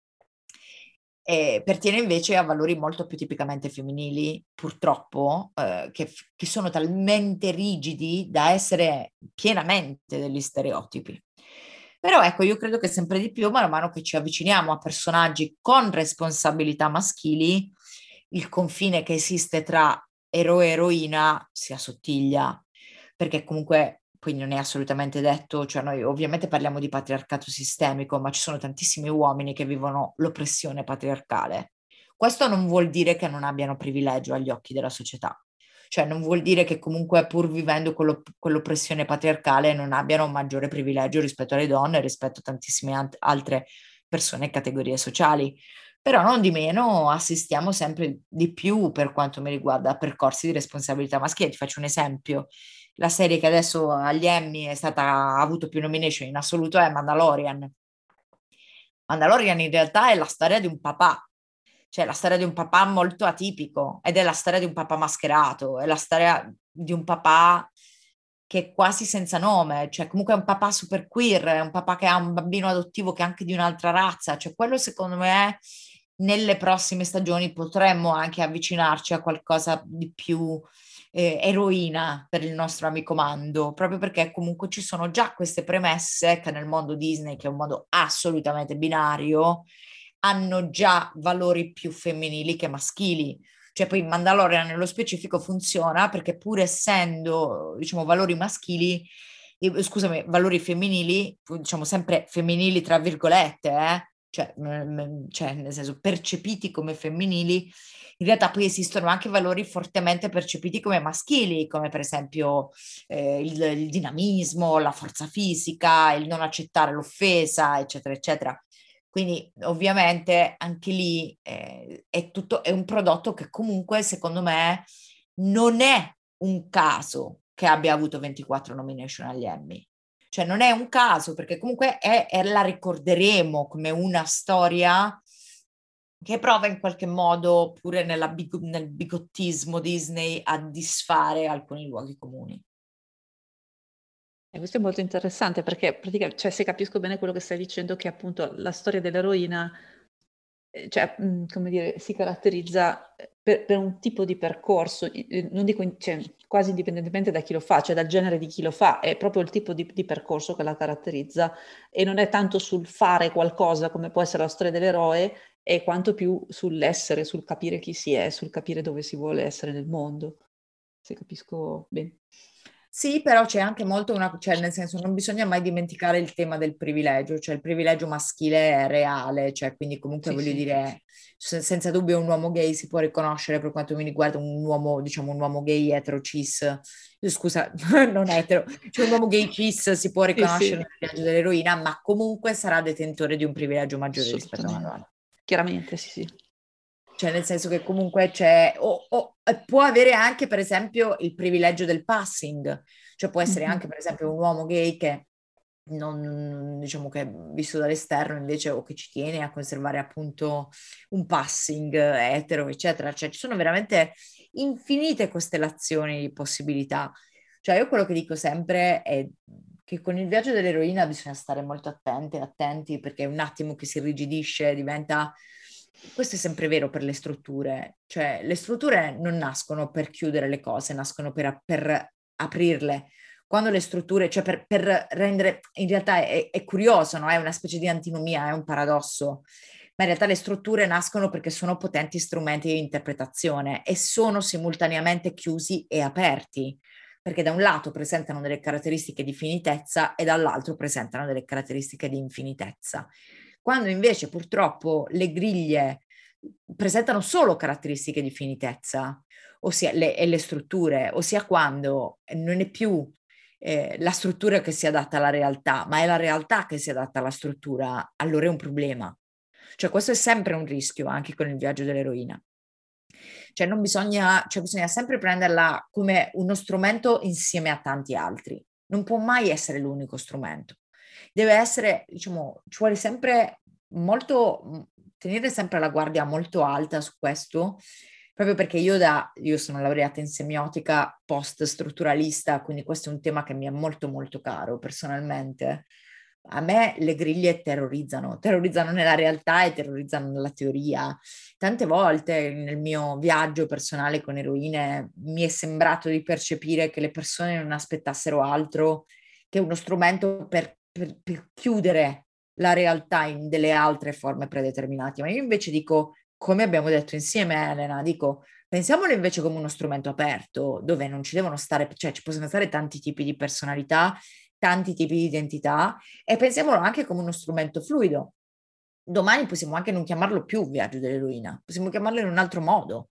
Pertiene invece a valori molto più tipicamente femminili, purtroppo, che sono talmente rigidi da essere pienamente degli stereotipi. Però ecco, io credo che sempre di più, man mano che ci avviciniamo a personaggi con responsabilità maschili, il confine che esiste tra eroe e eroina si assottiglia, perché comunque quindi non è assolutamente detto, cioè noi ovviamente parliamo di patriarcato sistemico, ma ci sono tantissimi uomini che vivono l'oppressione patriarcale. Questo non vuol dire che non abbiano privilegio agli occhi della società, cioè non vuol dire che comunque pur vivendo quell'oppressione patriarcale non abbiano un maggiore privilegio rispetto alle donne, rispetto a tantissime altre persone e categorie sociali. Però non di meno assistiamo sempre di più, per quanto mi riguarda, a percorsi di responsabilità maschile. Ti faccio un esempio: la serie che adesso agli Emmy ha avuto più nomination in assoluto è Mandalorian. Mandalorian in realtà è la storia di un papà, cioè la storia di un papà molto atipico, ed è la storia di un papà mascherato, è la storia di un papà che è quasi senza nome, cioè comunque è un papà super queer, è un papà che ha un bambino adottivo che è anche di un'altra razza, cioè quello secondo me nelle prossime stagioni potremmo anche avvicinarci a qualcosa di più eroina per il nostro amico Mando, proprio perché comunque ci sono già queste premesse che nel mondo Disney, che è un mondo assolutamente binario, hanno già valori più femminili che maschili. Cioè poi Mandalorian nello specifico funziona perché pur essendo, diciamo, valori maschili, scusami, valori femminili, diciamo sempre femminili tra virgolette, cioè nel senso percepiti come femminili, in realtà poi esistono anche valori fortemente percepiti come maschili, come per esempio il dinamismo, la forza fisica, il non accettare l'offesa, eccetera, eccetera. Quindi ovviamente anche lì è un prodotto che comunque secondo me non è un caso che abbia avuto 24 nomination agli Emmy. Cioè non è un caso perché comunque la ricorderemo come una storia che prova in qualche modo pure nel bigottismo Disney a disfare alcuni luoghi comuni. E questo è molto interessante perché praticamente, cioè, se capisco bene quello che stai dicendo, che appunto la storia dell'eroina cioè, come dire, si caratterizza per un tipo di percorso, non dico, cioè, quasi indipendentemente da chi lo fa, cioè dal genere di chi lo fa, è proprio il tipo di percorso che la caratterizza e non è tanto sul fare qualcosa come può essere la storia dell'eroe, è quanto più sull'essere, sul capire chi si è, sul capire dove si vuole essere nel mondo, se capisco bene. Sì, però c'è anche molto una, cioè nel senso non bisogna mai dimenticare il tema del privilegio, cioè il privilegio maschile è reale, cioè quindi comunque Sì, voglio sì. dire, senza dubbio un uomo gay si può riconoscere per quanto mi riguarda un uomo, diciamo un uomo gay etero cis, scusa, non etero, cioè un uomo gay cis si può Sì, riconoscere sì, nel viaggio dell'eroina, ma comunque sarà detentore di un privilegio maggiore rispetto a una assolutamente. donna. Chiaramente, sì, sì. Cioè, nel senso che comunque c'è, o può avere anche, per esempio, il privilegio del passing, cioè può essere Mhm. anche, per esempio, un uomo gay che non, diciamo che è visto dall'esterno invece o che ci tiene a conservare appunto un passing etero, eccetera. Cioè, ci sono veramente infinite costellazioni di possibilità. Cioè, io quello che dico sempre è che con il viaggio dell'eroina bisogna stare molto attenti, attenti, perché un attimo che si irrigidisce diventa... Questo è sempre vero per le strutture, cioè le strutture non nascono per chiudere le cose, nascono per aprirle. Quando le strutture, cioè per rendere, in realtà è curioso, no? È una specie di antinomia, è un paradosso, ma in realtà le strutture nascono perché sono potenti strumenti di interpretazione e sono simultaneamente chiusi e aperti perché da un lato presentano delle caratteristiche di finitezza e dall'altro presentano delle caratteristiche di infinitezza. Quando invece purtroppo le griglie presentano solo caratteristiche di finitezza, e le strutture, ossia quando non è più la struttura che si adatta alla realtà, ma è la realtà che si adatta alla struttura, allora è un problema. Cioè questo è sempre un rischio anche con il viaggio dell'eroina. Cioè non bisogna, cioè bisogna sempre prenderla come uno strumento insieme a tanti altri. Non può mai essere l'unico strumento. Deve essere, diciamo, ci vuole sempre molto, tenere sempre la guardia molto alta su questo, proprio perché io sono laureata in semiotica post-strutturalista, quindi questo è un tema che mi è molto molto caro personalmente. A me le griglie terrorizzano, terrorizzano nella realtà e terrorizzano nella teoria. Tante volte nel mio viaggio personale con eroine mi è sembrato di percepire che le persone non aspettassero altro che uno strumento per chiudere la realtà in delle altre forme predeterminate. Ma io invece dico, come abbiamo detto insieme, Elena, dico, pensiamolo invece come uno strumento aperto, dove non ci devono stare, cioè ci possono stare tanti tipi di personalità, tanti tipi di identità, e pensiamolo anche come uno strumento fluido. Domani possiamo anche non chiamarlo più viaggio dell'eroina, possiamo chiamarlo in un altro modo.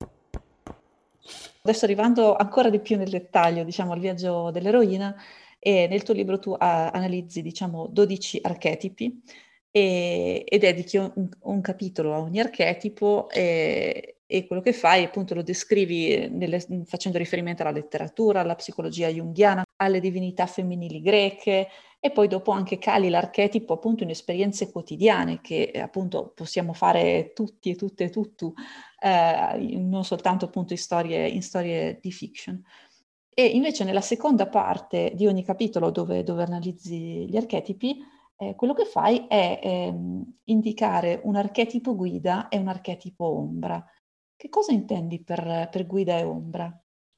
Adesso arrivando ancora di più nel dettaglio, diciamo, al viaggio dell'eroina, e nel tuo libro tu analizzi, diciamo, 12 archetipi e dedichi un capitolo a ogni archetipo e quello che fai, appunto, lo descrivi facendo riferimento alla letteratura, alla psicologia junghiana, alle divinità femminili greche e poi dopo anche cali l'archetipo appunto in esperienze quotidiane che appunto possiamo fare tutti e tutte e tutto non soltanto appunto in storie di fiction. E invece nella seconda parte di ogni capitolo dove analizzi gli archetipi, quello che fai è indicare un archetipo guida e un archetipo ombra. Che cosa intendi per guida e ombra?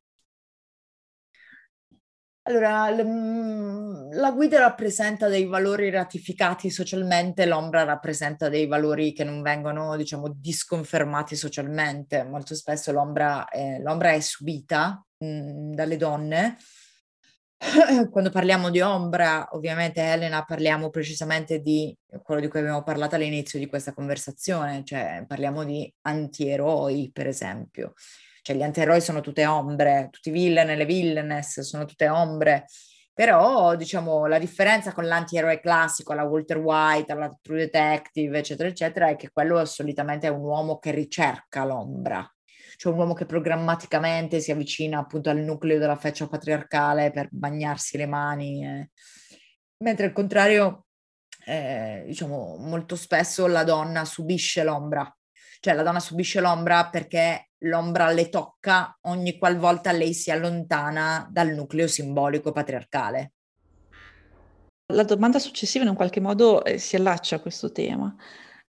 Allora, la guida rappresenta dei valori ratificati socialmente, l'ombra rappresenta dei valori che non vengono, diciamo, disconfermati socialmente. Molto spesso l'ombra è subita, dalle donne. Quando parliamo di ombra, ovviamente, Elena, parliamo precisamente di quello di cui abbiamo parlato all'inizio di questa conversazione, cioè parliamo di antieroi, per esempio. Cioè gli antieroi sono tutte ombre, tutti i villain e le villainess sono tutte ombre, però diciamo la differenza con l'antieroe classico, la Walter White, la True Detective, eccetera, eccetera, è che quello solitamente è un uomo che ricerca l'ombra, cioè un uomo che programmaticamente si avvicina appunto al nucleo della feccia patriarcale per bagnarsi le mani, mentre al contrario, diciamo, molto spesso la donna subisce l'ombra, cioè la donna subisce l'ombra perché l'ombra le tocca ogni qualvolta lei si allontana dal nucleo simbolico patriarcale. La domanda successiva in un qualche modo si allaccia a questo tema.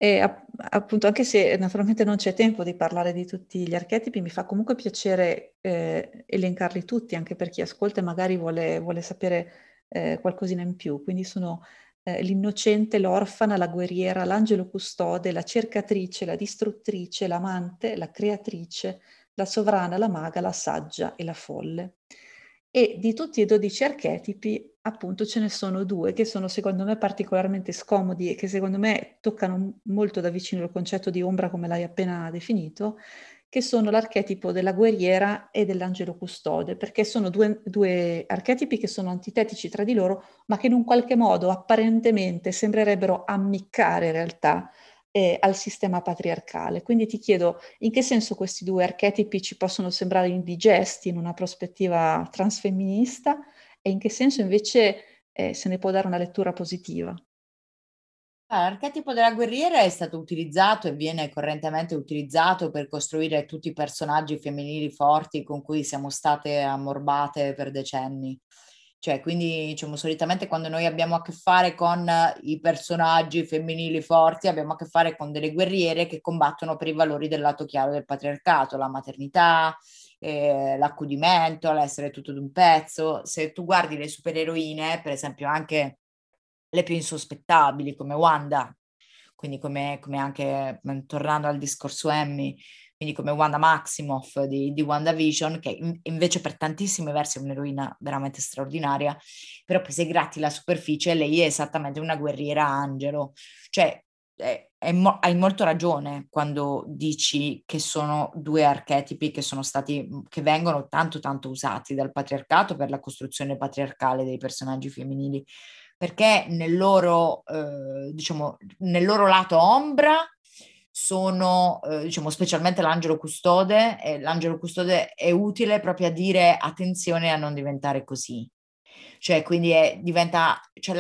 E appunto, anche se naturalmente non c'è tempo di parlare di tutti gli archetipi, mi fa comunque piacere elencarli tutti, anche per chi ascolta e magari vuole sapere qualcosina in più. Quindi sono l'innocente, l'orfana, la guerriera, l'angelo custode, la cercatrice, la distruttrice, l'amante, la creatrice, la sovrana, la maga, la saggia e la folle. E di tutti i 12 archetipi, appunto, ce ne sono due che sono secondo me particolarmente scomodi e che secondo me toccano molto da vicino il concetto di ombra come l'hai appena definito, che sono l'archetipo della guerriera e dell'angelo custode, perché sono due archetipi che sono antitetici tra di loro, ma che in un qualche modo apparentemente sembrerebbero ammiccare in realtà al sistema patriarcale. Quindi ti chiedo, in che senso questi due archetipi ci possono sembrare indigesti in una prospettiva transfemminista e in che senso invece se ne può dare una lettura positiva? L'archetipo della guerriera è stato utilizzato e viene correntemente utilizzato per costruire tutti i personaggi femminili forti con cui siamo state ammorbate per decenni. Cioè, quindi, diciamo, solitamente quando noi abbiamo a che fare con i personaggi femminili forti, abbiamo a che fare con delle guerriere che combattono per i valori del lato chiaro del patriarcato, la maternità, l'accudimento, l'essere tutto d'un pezzo. Se tu guardi le supereroine, per esempio anche le più insospettabili come Wanda, quindi come anche tornando al discorso Emmy, quindi come Wanda Maximoff di WandaVision, che invece per tantissimi versi è un'eroina veramente straordinaria, però poi se gratti la superficie lei è esattamente una guerriera angelo, cioè hai molto ragione quando dici che sono due archetipi che sono stati, che vengono tanto tanto usati dal patriarcato per la costruzione patriarcale dei personaggi femminili, perché diciamo, nel loro lato ombra sono, diciamo, specialmente l'angelo custode, e l'angelo custode è utile proprio a dire attenzione a non diventare così. Cioè, quindi diventa, cioè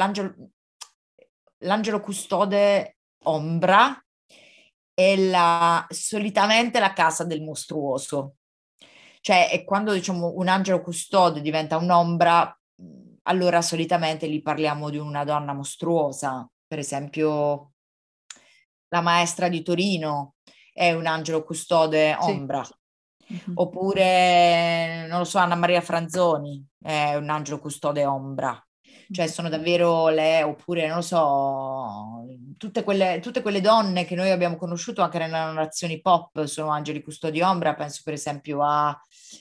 l'angelo custode ombra è solitamente la casa del mostruoso. Cioè, è quando diciamo un angelo custode diventa un'ombra, allora solitamente lì parliamo di una donna mostruosa. Per esempio, la maestra di Torino è un angelo custode Sì. ombra. Mhm. Oppure, non lo so, Anna Maria Franzoni è un angelo custode ombra. Cioè sono davvero oppure non lo so, tutte quelle donne che noi abbiamo conosciuto anche nelle narrazioni pop sono angeli custodi ombra, penso per esempio a,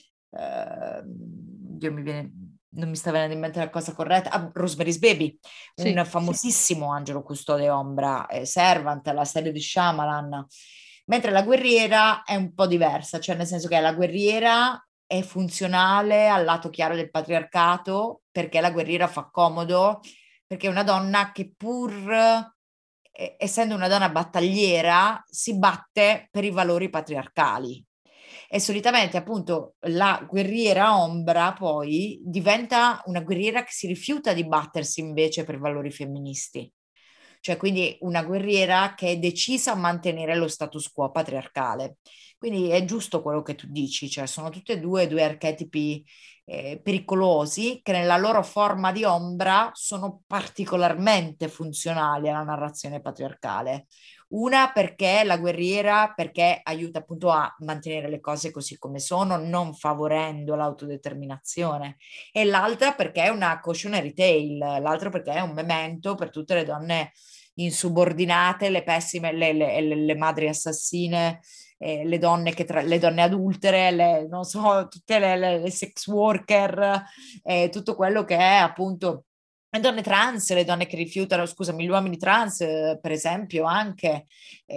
Dio non mi sta venendo in mente la cosa corretta, a Rosemary's Baby, un Sì. famosissimo angelo custode ombra, Servant, la serie di Shyamalan, mentre la guerriera è un po' diversa, cioè nel senso che la guerriera è funzionale al lato chiaro del patriarcato perché la guerriera fa comodo, perché è una donna che essendo una donna battagliera, si batte per i valori patriarcali. E solitamente appunto la guerriera ombra poi diventa una guerriera che si rifiuta di battersi invece per valori femministi. Cioè quindi una guerriera che è decisa a mantenere lo status quo patriarcale. Quindi è giusto quello che tu dici, cioè sono tutte e due archetipi pericolosi che nella loro forma di ombra sono particolarmente funzionali alla narrazione patriarcale. Una perché la guerriera, perché aiuta appunto a mantenere le cose così come sono, non favorendo l'autodeterminazione, e l'altra perché è una cautionary tale, l'altro perché è un memento per tutte le donne insubordinate, le pessime, le madri assassine, le donne adultere, non so, tutte le sex worker, tutto quello che è appunto le donne trans, le donne che rifiutano, scusami, gli uomini trans, per esempio, anche,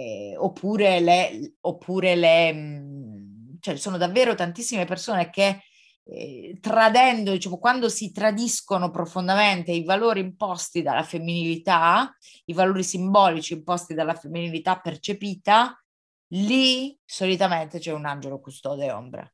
cioè sono davvero tantissime persone che tradendo, diciamo, quando si tradiscono profondamente i valori imposti dalla femminilità, i valori simbolici imposti dalla femminilità percepita, lì solitamente c'è un angelo custode ombra.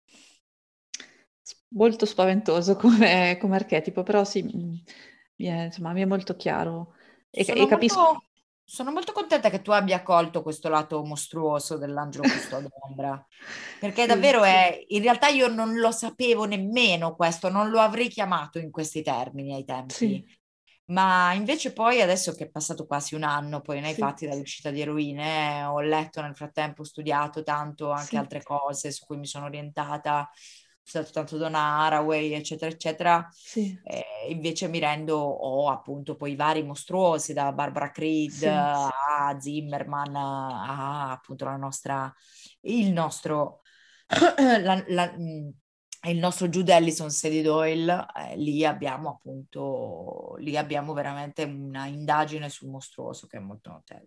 Molto spaventoso come archetipo, però sì, insomma, mi è molto chiaro e Sono capisco. sono molto contenta che tu abbia colto questo lato mostruoso dell'angelo custode ombra, perché Sì. davvero è, in realtà io non lo sapevo nemmeno questo, non lo avrei chiamato in questi termini ai tempi, Sì. Ma invece poi adesso che è passato quasi un anno poi nei Sì, fatti dall'uscita di Eroine, ho letto nel frattempo, ho studiato tanto anche sì, altre cose su cui mi sono orientata, ho studiato tanto Donna Haraway, eccetera, eccetera. sì, Invece mi rendo, ho appunto poi i vari mostruosi, da Barbara Creed sì. a Zimmerman, a appunto il nostro, il nostro Jude Ellison, Sadie Doyle, lì abbiamo veramente una indagine sul mostruoso che è molto notevole.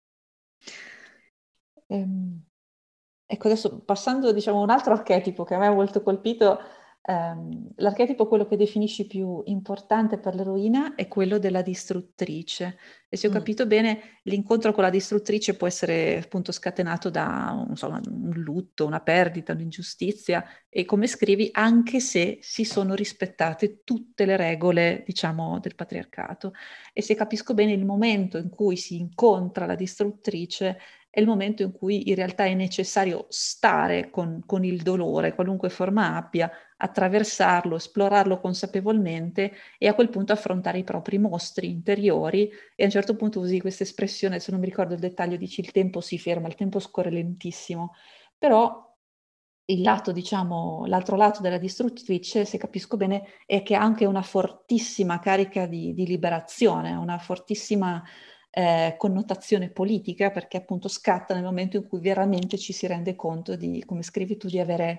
Ehm, ecco, adesso passando, diciamo, a un altro archetipo che a me ha molto colpito, l'archetipo, quello che definisci più importante per l'eroina, è quello della distruttrice. E se ho Mm. capito bene, l'incontro con la distruttrice può essere appunto scatenato da, non so, un lutto, una perdita, un'ingiustizia, e come scrivi, anche se si sono rispettate tutte le regole, diciamo, del patriarcato. E se capisco bene, il momento in cui si incontra la distruttrice è il momento in cui in realtà è necessario stare con il dolore, qualunque forma abbia, attraversarlo, esplorarlo consapevolmente e a quel punto affrontare i propri mostri interiori. E a un certo punto usi questa espressione, se non mi ricordo il dettaglio, dici il tempo si ferma, il tempo scorre lentissimo, però il lato, diciamo, l'altro lato della distruttrice, se capisco bene, è che ha anche una fortissima carica di liberazione, una fortissima connotazione politica, perché appunto scatta nel momento in cui veramente ci si rende conto di, come scrivi tu,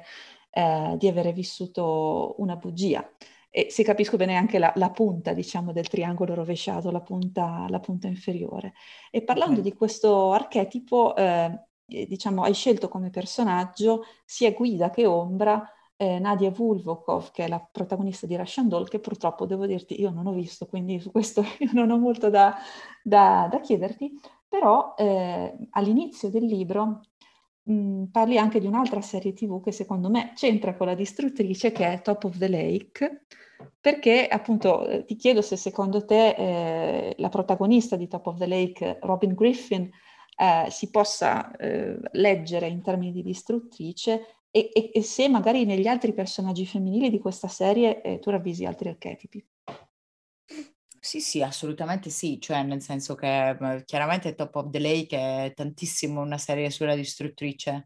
di avere vissuto una bugia. E se capisco bene anche la punta, diciamo, del triangolo rovesciato, la punta inferiore. E parlando Ok. di questo archetipo, diciamo, hai scelto come personaggio sia Guida che Ombra Nadia Vulvokov, che è la protagonista di Russian Doll, che purtroppo devo dirti io non ho visto, quindi su questo io non ho molto da chiederti, però all'inizio del libro parli anche di un'altra serie TV che secondo me c'entra con la distruttrice, che è Top of the Lake, perché appunto ti chiedo se secondo te la protagonista di Top of the Lake, Robin Griffin, si possa leggere in termini di distruttrice e se magari negli altri personaggi femminili di questa serie tu ravvisi altri archetipi. Sì, sì, assolutamente sì, cioè nel senso che chiaramente Top of the Lake è tantissimo una serie sulla distruttrice,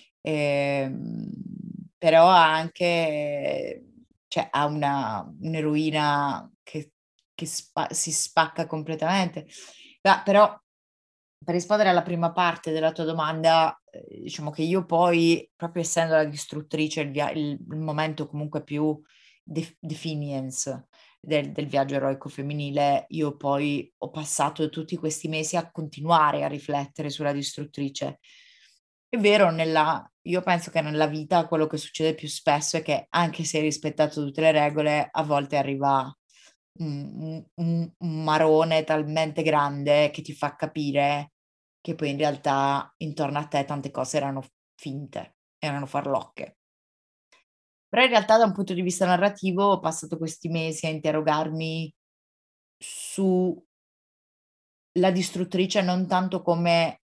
Ehm, però ha anche, cioè ha un'eroina che si spacca completamente. Però per rispondere alla prima parte della tua domanda, diciamo che io poi, proprio essendo la distruttrice, il momento comunque più definience del viaggio eroico femminile, io poi ho passato tutti questi mesi a continuare a riflettere sulla distruttrice. È vero, io penso che nella vita quello che succede più spesso è che anche se hai rispettato tutte le regole, a volte arriva un marone talmente grande che ti fa capire che poi in realtà intorno a te tante cose erano finte, erano farlocche. Però in realtà da un punto di vista narrativo ho passato questi mesi a interrogarmi su la distruttrice non tanto come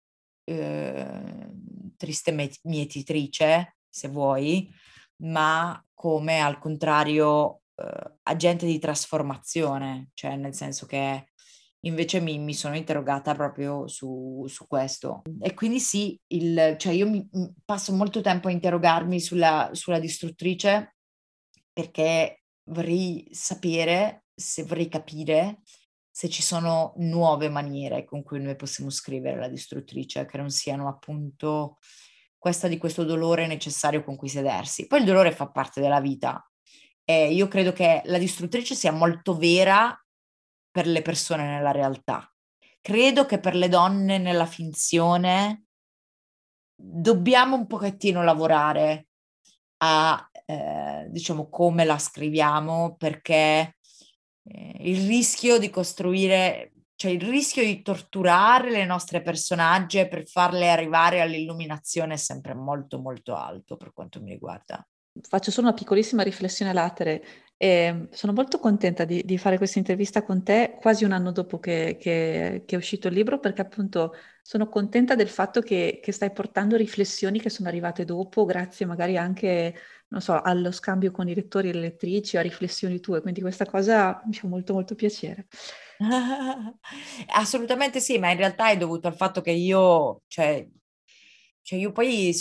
triste mietitrice, se vuoi, ma come al contrario agente di trasformazione, cioè nel senso che invece mi sono interrogata proprio su questo. E quindi sì, cioè io passo molto tempo a interrogarmi sulla distruttrice perché vorrei sapere, se vorrei capire se ci sono nuove maniere con cui noi possiamo scrivere la distruttrice, che non siano appunto questa di questo dolore necessario con cui sedersi. Poi il dolore fa parte della vita e io credo che la distruttrice sia molto vera per le persone nella realtà. Credo che per le donne nella finzione dobbiamo un pochettino lavorare a, diciamo, come la scriviamo, perché il rischio di costruire, cioè il rischio di torturare le nostre personaggi per farle arrivare all'illuminazione è sempre molto molto alto per quanto mi riguarda. Faccio solo una piccolissima riflessione latere. Sono molto contenta di fare questa intervista con te quasi un anno dopo che è uscito il libro, perché appunto sono contenta del fatto che stai portando riflessioni che sono arrivate dopo, grazie magari anche, non so, allo scambio con i lettori e le lettrici, a riflessioni tue, quindi questa cosa mi fa molto molto piacere. Assolutamente sì, ma in realtà è dovuto al fatto che io, cioè io poi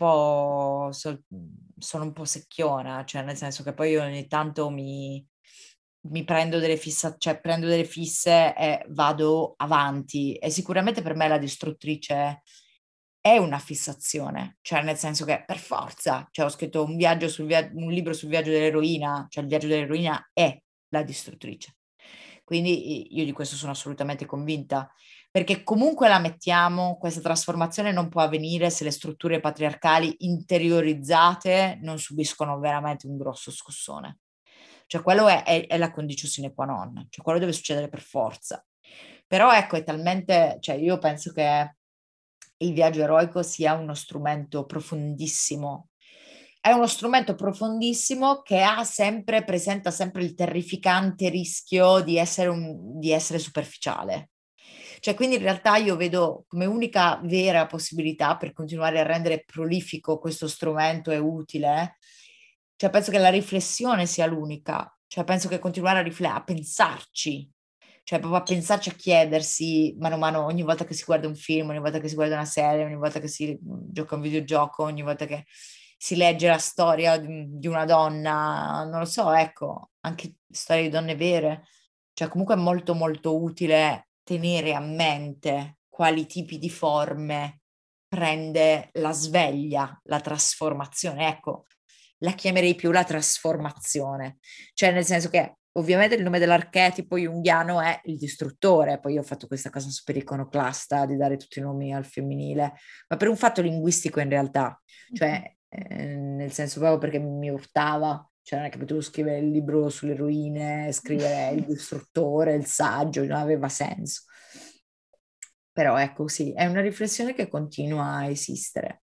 sono un po' secchiona, cioè nel senso che poi io ogni tanto mi prendo cioè prendo delle fisse e vado avanti. E sicuramente per me la distruttrice è una fissazione, cioè nel senso che per forza, cioè ho scritto un libro sul viaggio dell'eroina, cioè il viaggio dell'eroina è la distruttrice. Quindi io di questo sono assolutamente convinta, perché comunque la mettiamo, questa trasformazione non può avvenire se le strutture patriarcali interiorizzate non subiscono veramente un grosso scossone. Cioè quello è la condizione sine qua non, cioè quello deve succedere per forza. Però ecco, è talmente, cioè io penso che il viaggio eroico sia uno strumento profondissimo. È uno strumento profondissimo che presenta sempre il terrificante rischio di essere superficiale. Cioè, quindi in realtà io vedo come unica vera possibilità per continuare a rendere prolifico questo strumento e utile, cioè penso che la riflessione sia l'unica, cioè penso che continuare a pensarci, cioè proprio a pensarci, a chiedersi mano a mano, ogni volta che si guarda un film, ogni volta che si guarda una serie, ogni volta che si gioca a un videogioco, ogni volta che si legge la storia di una donna, non lo so, ecco, anche storie di donne vere, cioè comunque è molto molto utile tenere a mente quali tipi di forme prende la sveglia, la trasformazione. Ecco, la chiamerei più la trasformazione, cioè nel senso che ovviamente il nome dell'archetipo junghiano è il distruttore, poi io ho fatto questa cosa super iconoclasta di dare tutti i nomi al femminile, ma per un fatto linguistico in realtà, cioè nel senso proprio perché mi urtava, cioè non è che potevo scrivere il libro sulle ruine, scrivere il distruttore, il saggio, non aveva senso. Però ecco, sì, è una riflessione che continua a esistere.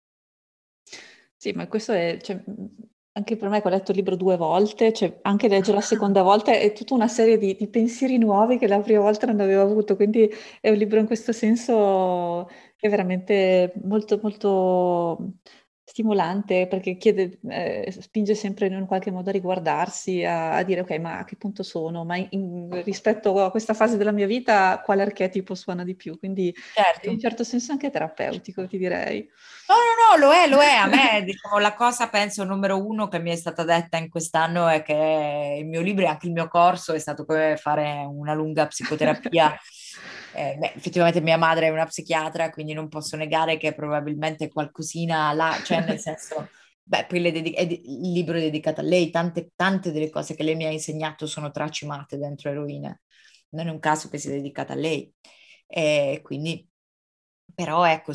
Sì, ma questo è, cioè, anche per me che ho letto il libro 2 volte, cioè, anche leggere la seconda volta è tutta una serie di pensieri nuovi che la prima volta non avevo avuto, quindi è un libro in questo senso che è veramente molto, molto stimolante perché spinge sempre in un qualche modo a riguardarsi, a dire ok, ma a che punto sono? Ma rispetto a questa fase della mia vita, quale archetipo suona di più? Quindi in Certo. un certo senso anche terapeutico, ti direi. No, no, no, lo è, lo è. A me, diciamo, la cosa, penso, numero uno che mi è stata detta in quest'anno è che il mio libro e anche il mio corso è stato come fare una lunga psicoterapia. Beh, effettivamente mia madre è una psichiatra, quindi non posso negare che probabilmente qualcosina là, cioè nel senso, beh, poi il libro è dedicato a lei, tante delle cose che lei mi ha insegnato sono tracimate dentro Eroine. Non è un caso che sia dedicata a lei. E quindi però ecco,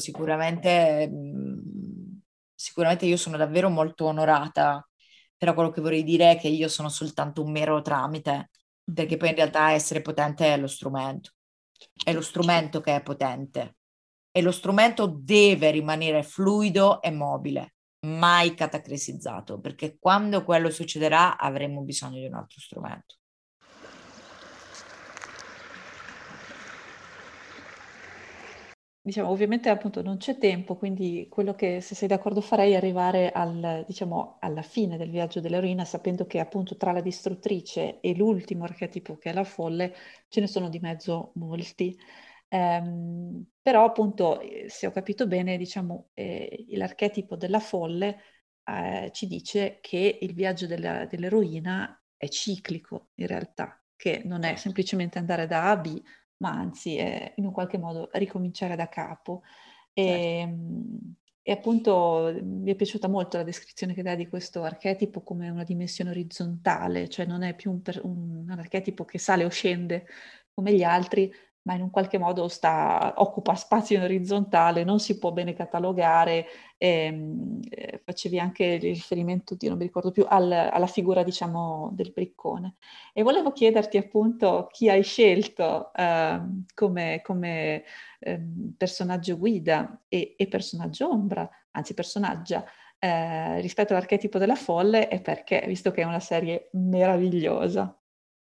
sicuramente io sono davvero molto onorata, però quello che vorrei dire è che io sono soltanto un mero tramite, perché poi in realtà essere potente è lo strumento che è potente e lo strumento deve rimanere fluido e mobile, mai catacresizzato, perché quando quello succederà avremo bisogno di un altro strumento. Diciamo, ovviamente appunto non c'è tempo, quindi quello che se sei d'accordo farei è arrivare diciamo, alla fine del viaggio dell'eroina, sapendo che appunto tra la distruttrice e l'ultimo archetipo che è la folle ce ne sono di mezzo molti. Però appunto, se ho capito bene, diciamo, l'archetipo della folle ci dice che il viaggio dell'eroina è ciclico in realtà, che non è Certo. semplicemente andare da A a B, ma anzi in un qualche modo ricominciare da capo. Certo. E appunto mi è piaciuta molto la descrizione che dà di questo archetipo come una dimensione orizzontale, cioè non è più un archetipo che sale o scende come gli altri, ma in un qualche modo occupa spazio in orizzontale, non si può bene catalogare. Facevi anche il riferimento, non mi ricordo più, alla figura, diciamo, del briccone. E volevo chiederti appunto chi hai scelto come personaggio guida e personaggio ombra, anzi personaggia, rispetto all'archetipo della folle e perché, visto che è una serie meravigliosa.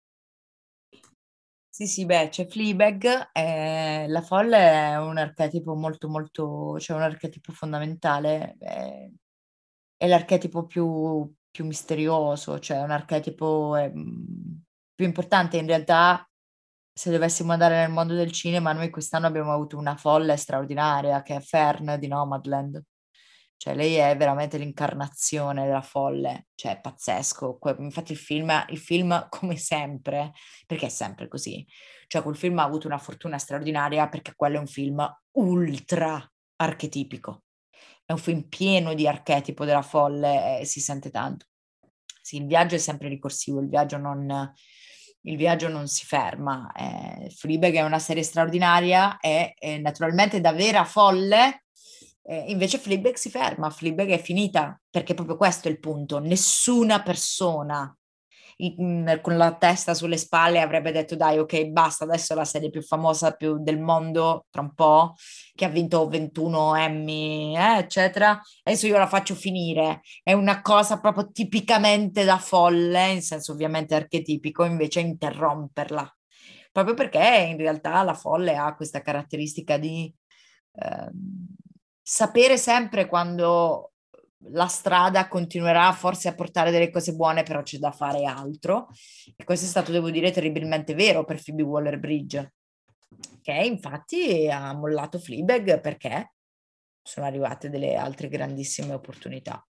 Sì, sì, beh, c'è Fleabag, la folle è un archetipo molto, molto, cioè un archetipo fondamentale, è l'archetipo più misterioso, cioè un archetipo più importante in realtà, se dovessimo andare nel mondo del cinema, noi quest'anno abbiamo avuto una folle straordinaria che è Fern di Nomadland. Cioè, lei è veramente l'incarnazione della folle, cioè è pazzesco. Infatti il film, come sempre, perché è sempre così, cioè quel film ha avuto una fortuna straordinaria perché quello è un film ultra archetipico. È un film pieno di archetipo della folle e si sente tanto. Sì, il viaggio è sempre ricorsivo, il viaggio non si ferma. Fleabag è una serie straordinaria e naturalmente da vera folle, invece Fleabag si ferma, Fleabag è finita, perché proprio questo è il punto. Nessuna persona con la testa sulle spalle avrebbe detto dai, ok, basta, adesso è la serie più famosa più del mondo, tra un po', che ha vinto 21 Emmy, eccetera. Adesso io la faccio finire. È una cosa proprio tipicamente da folle, in senso ovviamente archetipico, invece interromperla. Proprio perché in realtà la folle ha questa caratteristica di sapere sempre quando la strada continuerà forse a portare delle cose buone, però c'è da fare altro. E questo è stato, devo dire, terribilmente vero per Phoebe Waller-Bridge, che infatti ha mollato Fleabag perché sono arrivate delle altre grandissime opportunità.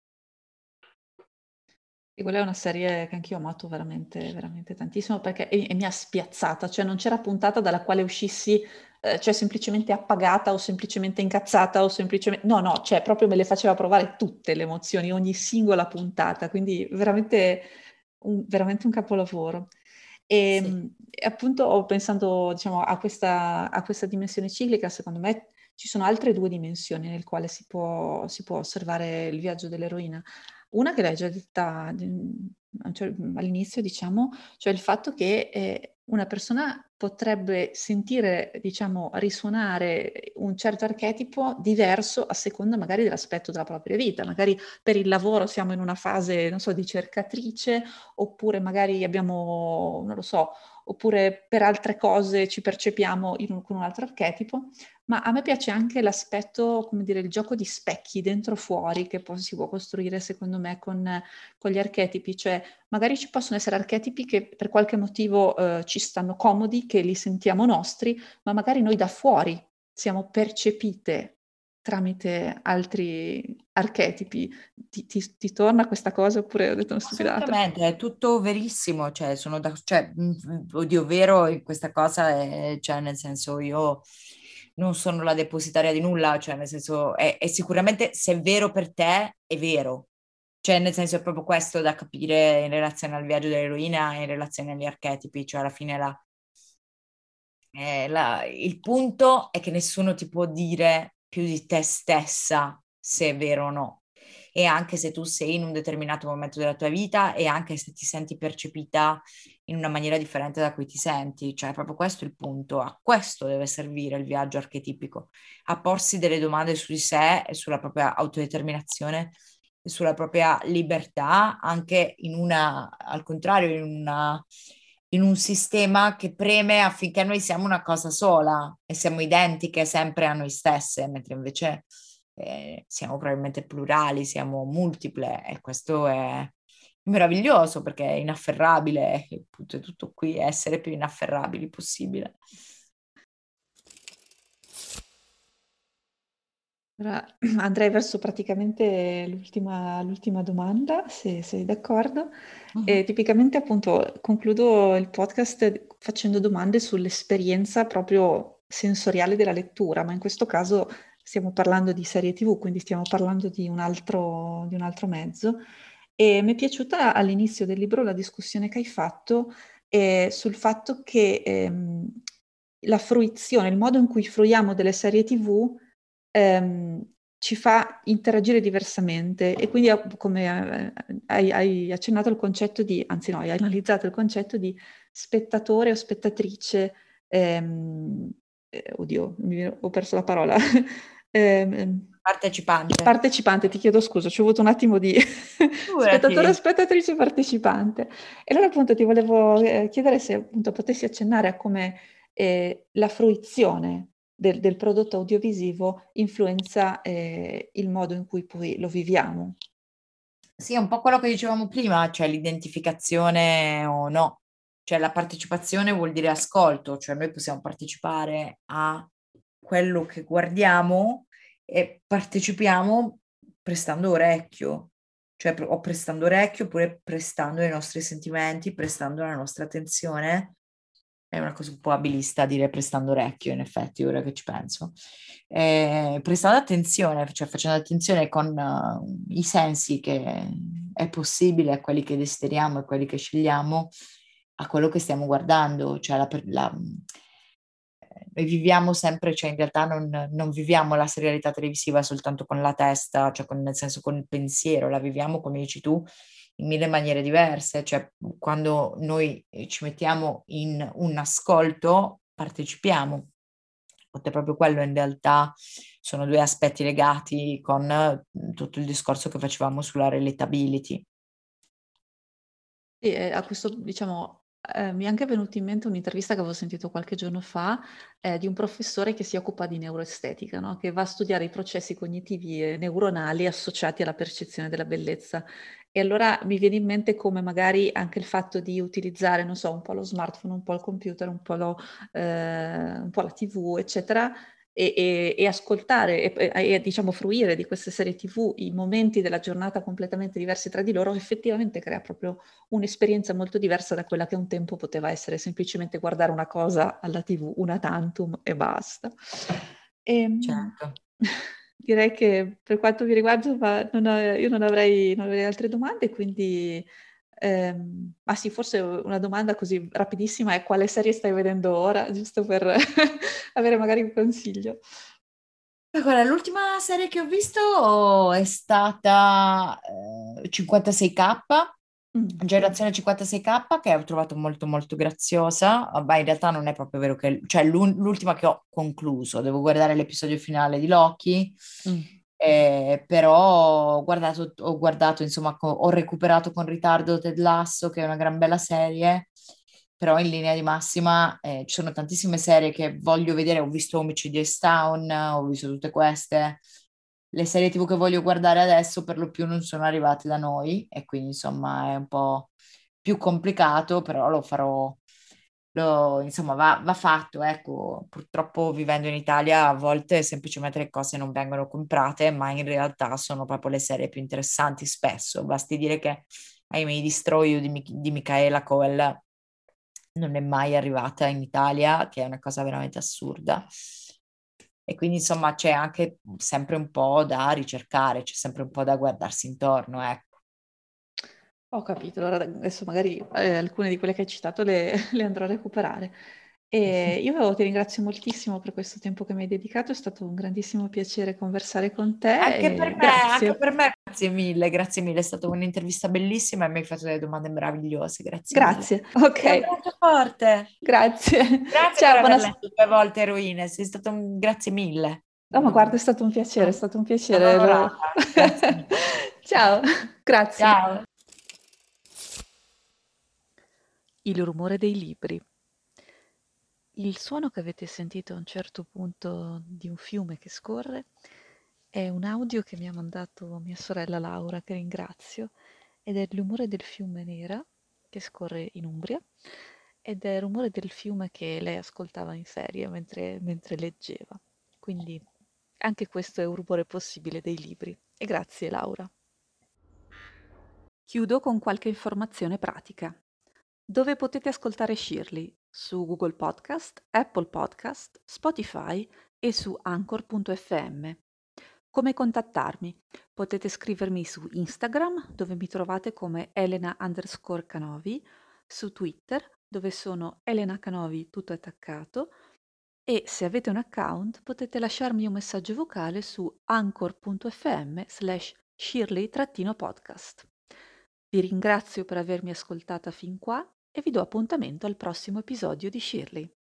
E quella è una serie che anch'io ho amato veramente, veramente tantissimo perché e mi ha spiazzata, cioè non c'era puntata dalla quale uscissi, cioè semplicemente appagata o semplicemente incazzata o semplicemente... No, no, cioè proprio me le faceva provare tutte le emozioni, ogni singola puntata, quindi veramente un capolavoro. Sì. E appunto pensando, diciamo, a questa dimensione ciclica, secondo me ci sono altre due dimensioni nel quale si può osservare il viaggio dell'eroina. Una che l'hai già detta cioè, all'inizio, diciamo, cioè il fatto che una persona potrebbe sentire, diciamo, risuonare un certo archetipo diverso a seconda magari dell'aspetto della propria vita. Magari per il lavoro siamo in una fase, non so, di cercatrice, oppure magari abbiamo, non lo so, oppure per altre cose ci percepiamo con un altro archetipo. Ma a me piace anche l'aspetto, come dire, il gioco di specchi dentro fuori che poi si può costruire secondo me con gli archetipi, cioè magari ci possono essere archetipi che per qualche motivo ci stanno comodi, che li sentiamo nostri, ma magari noi da fuori siamo percepite tramite altri archetipi. Ti torna questa cosa oppure ho detto una stupidata? Assolutamente, è tutto verissimo, cioè, oddio, vero in questa cosa, cioè, nel senso, io non sono la depositaria di nulla, cioè, nel senso, è sicuramente, se è vero per te, è vero, cioè, nel senso, è proprio questo da capire in relazione al viaggio dell'eroina e in relazione agli archetipi, cioè, alla fine il punto è che nessuno ti può dire più di te stessa se è vero o no. E anche se tu sei in un determinato momento della tua vita e anche se ti senti percepita in una maniera differente da cui ti senti, cioè proprio questo è il punto. A questo deve servire il viaggio archetipico, a porsi delle domande su di sé e sulla propria autodeterminazione e sulla propria libertà, anche al contrario, in un sistema che preme affinché noi siamo una cosa sola e siamo identiche sempre a noi stesse, mentre invece siamo probabilmente plurali, siamo multiple e questo è meraviglioso perché è inafferrabile, e appunto è tutto qui, essere più inafferrabili possibile. Ora andrei verso praticamente l'ultima domanda, se sei d'accordo. Mhm. E tipicamente appunto concludo il podcast facendo domande sull'esperienza proprio sensoriale della lettura, ma in questo caso stiamo parlando di serie TV, quindi stiamo parlando di un altro mezzo. E mi è piaciuta all'inizio del libro la discussione che hai fatto sul fatto che la fruizione, il modo in cui fruiamo delle serie TV ehm, ci fa interagire diversamente e quindi come hai accennato il concetto di, anzi no, hai analizzato il concetto di spettatore o spettatrice, oddio, ho perso la parola, Partecipante. partecipante, ti chiedo scusa, ci ho avuto un attimo di spettatore o Figurati. spettatrice partecipante. E allora appunto ti volevo chiedere se appunto potessi accennare a come la fruizione del prodotto audiovisivo influenza il modo in cui poi lo viviamo. Sì, è un po' quello che dicevamo prima, cioè l'identificazione o no. Cioè la partecipazione vuol dire ascolto, cioè noi possiamo partecipare a quello che guardiamo e partecipiamo prestando orecchio, cioè o prestando orecchio oppure prestando i nostri sentimenti, prestando la nostra attenzione. È una cosa un po' abilista dire prestando orecchio, in effetti, ora che ci penso. Prestando attenzione, cioè facendo attenzione con i sensi che è possibile, a quelli che desideriamo e quelli che scegliamo, a quello che stiamo guardando. Cioè noi viviamo sempre, cioè in realtà non viviamo la serialità televisiva soltanto con la testa, cioè nel senso con il pensiero, la viviamo, come dici tu, in mille maniere diverse. Cioè quando noi ci mettiamo in un ascolto, partecipiamo. È proprio quello in realtà sono due aspetti legati con tutto il discorso che facevamo sulla relatability. Sì, a questo diciamo, mi è anche venuto in mente un'intervista che avevo sentito qualche giorno fa, di un professore che si occupa di neuroestetica, no, che va a studiare i processi cognitivi e neuronali associati alla percezione della bellezza. E allora mi viene in mente come magari anche il fatto di utilizzare, non so, un po' lo smartphone, un po' il computer, un po' la TV, eccetera, e ascoltare e diciamo fruire di queste serie TV in momenti della giornata completamente diversi tra di loro, effettivamente crea proprio un'esperienza molto diversa da quella che un tempo poteva essere semplicemente guardare una cosa alla TV, una tantum e basta. Ehm, Certo. direi che per quanto mi riguarda io non avrei altre domande, quindi ah sì, forse una domanda così rapidissima è: quale serie stai vedendo ora? Giusto per avere magari un consiglio. Guarda, l'ultima serie che ho visto è stata 56K, Mh. Generazione 56K, che ho trovato molto molto graziosa. Vabbè, in realtà non è proprio vero che, cioè l'ultima che ho concluso, devo guardare l'episodio finale di Loki, Mh. però ho guardato, insomma, ho recuperato con ritardo Ted Lasso, che è una gran bella serie, però in linea di massima ci sono tantissime serie che voglio vedere. Ho visto Omicidious Town, ho visto tutte queste. Le serie TV che voglio guardare adesso per lo più non sono arrivate da noi e quindi insomma è un po' più complicato, però lo farò. Insomma, va fatto, ecco. Purtroppo vivendo in Italia a volte semplicemente le cose non vengono comprate, ma in realtà sono proprio le serie più interessanti spesso. Basti dire che I May Destroy You di Michaela Coel non è mai arrivata in Italia, che è una cosa veramente assurda. E quindi insomma c'è anche sempre un po' da ricercare, c'è sempre un po' da guardarsi intorno, ecco. Ho capito, allora adesso magari, alcune di quelle che hai citato le andrò a recuperare. Io ti ringrazio moltissimo per questo tempo che mi hai dedicato, è stato un grandissimo piacere conversare con te e Anche grazie. per me, grazie mille, è stata un'intervista bellissima e mi hai fatto delle domande meravigliose, grazie mille. Grazie, Ti okay, abbraccio forte. grazie. Grazie per Ciao, aver buona s letto 2 volte Eroine, sei stato un grazie mille. no, ma guarda è stato un piacere, è Sono stato un sono piacere. onorata, grazie mille. Ciao, grazie. Ciao. Il rumore dei libri. Il suono che avete sentito a un certo punto di un fiume che scorre è un audio che mi ha mandato mia sorella Laura, che ringrazio, ed è il rumore del fiume Nera che scorre in Umbria ed è il rumore del fiume che lei ascoltava in ferie mentre leggeva. Quindi anche questo è un rumore possibile dei libri. E grazie Laura. Chiudo con qualche informazione pratica. Dove potete ascoltare Shirley? Su Google Podcast, Apple Podcast, Spotify e su Anchor.fm. Come contattarmi? Potete scrivermi su Instagram, dove mi trovate come Elena_Canovi, su Twitter, dove sono Elena Canovi tutto attaccato, e se avete un account potete lasciarmi un messaggio vocale su anchor.fm/Shirley-podcast. Vi ringrazio per avermi ascoltata fin qua e vi do appuntamento al prossimo episodio di Shirley.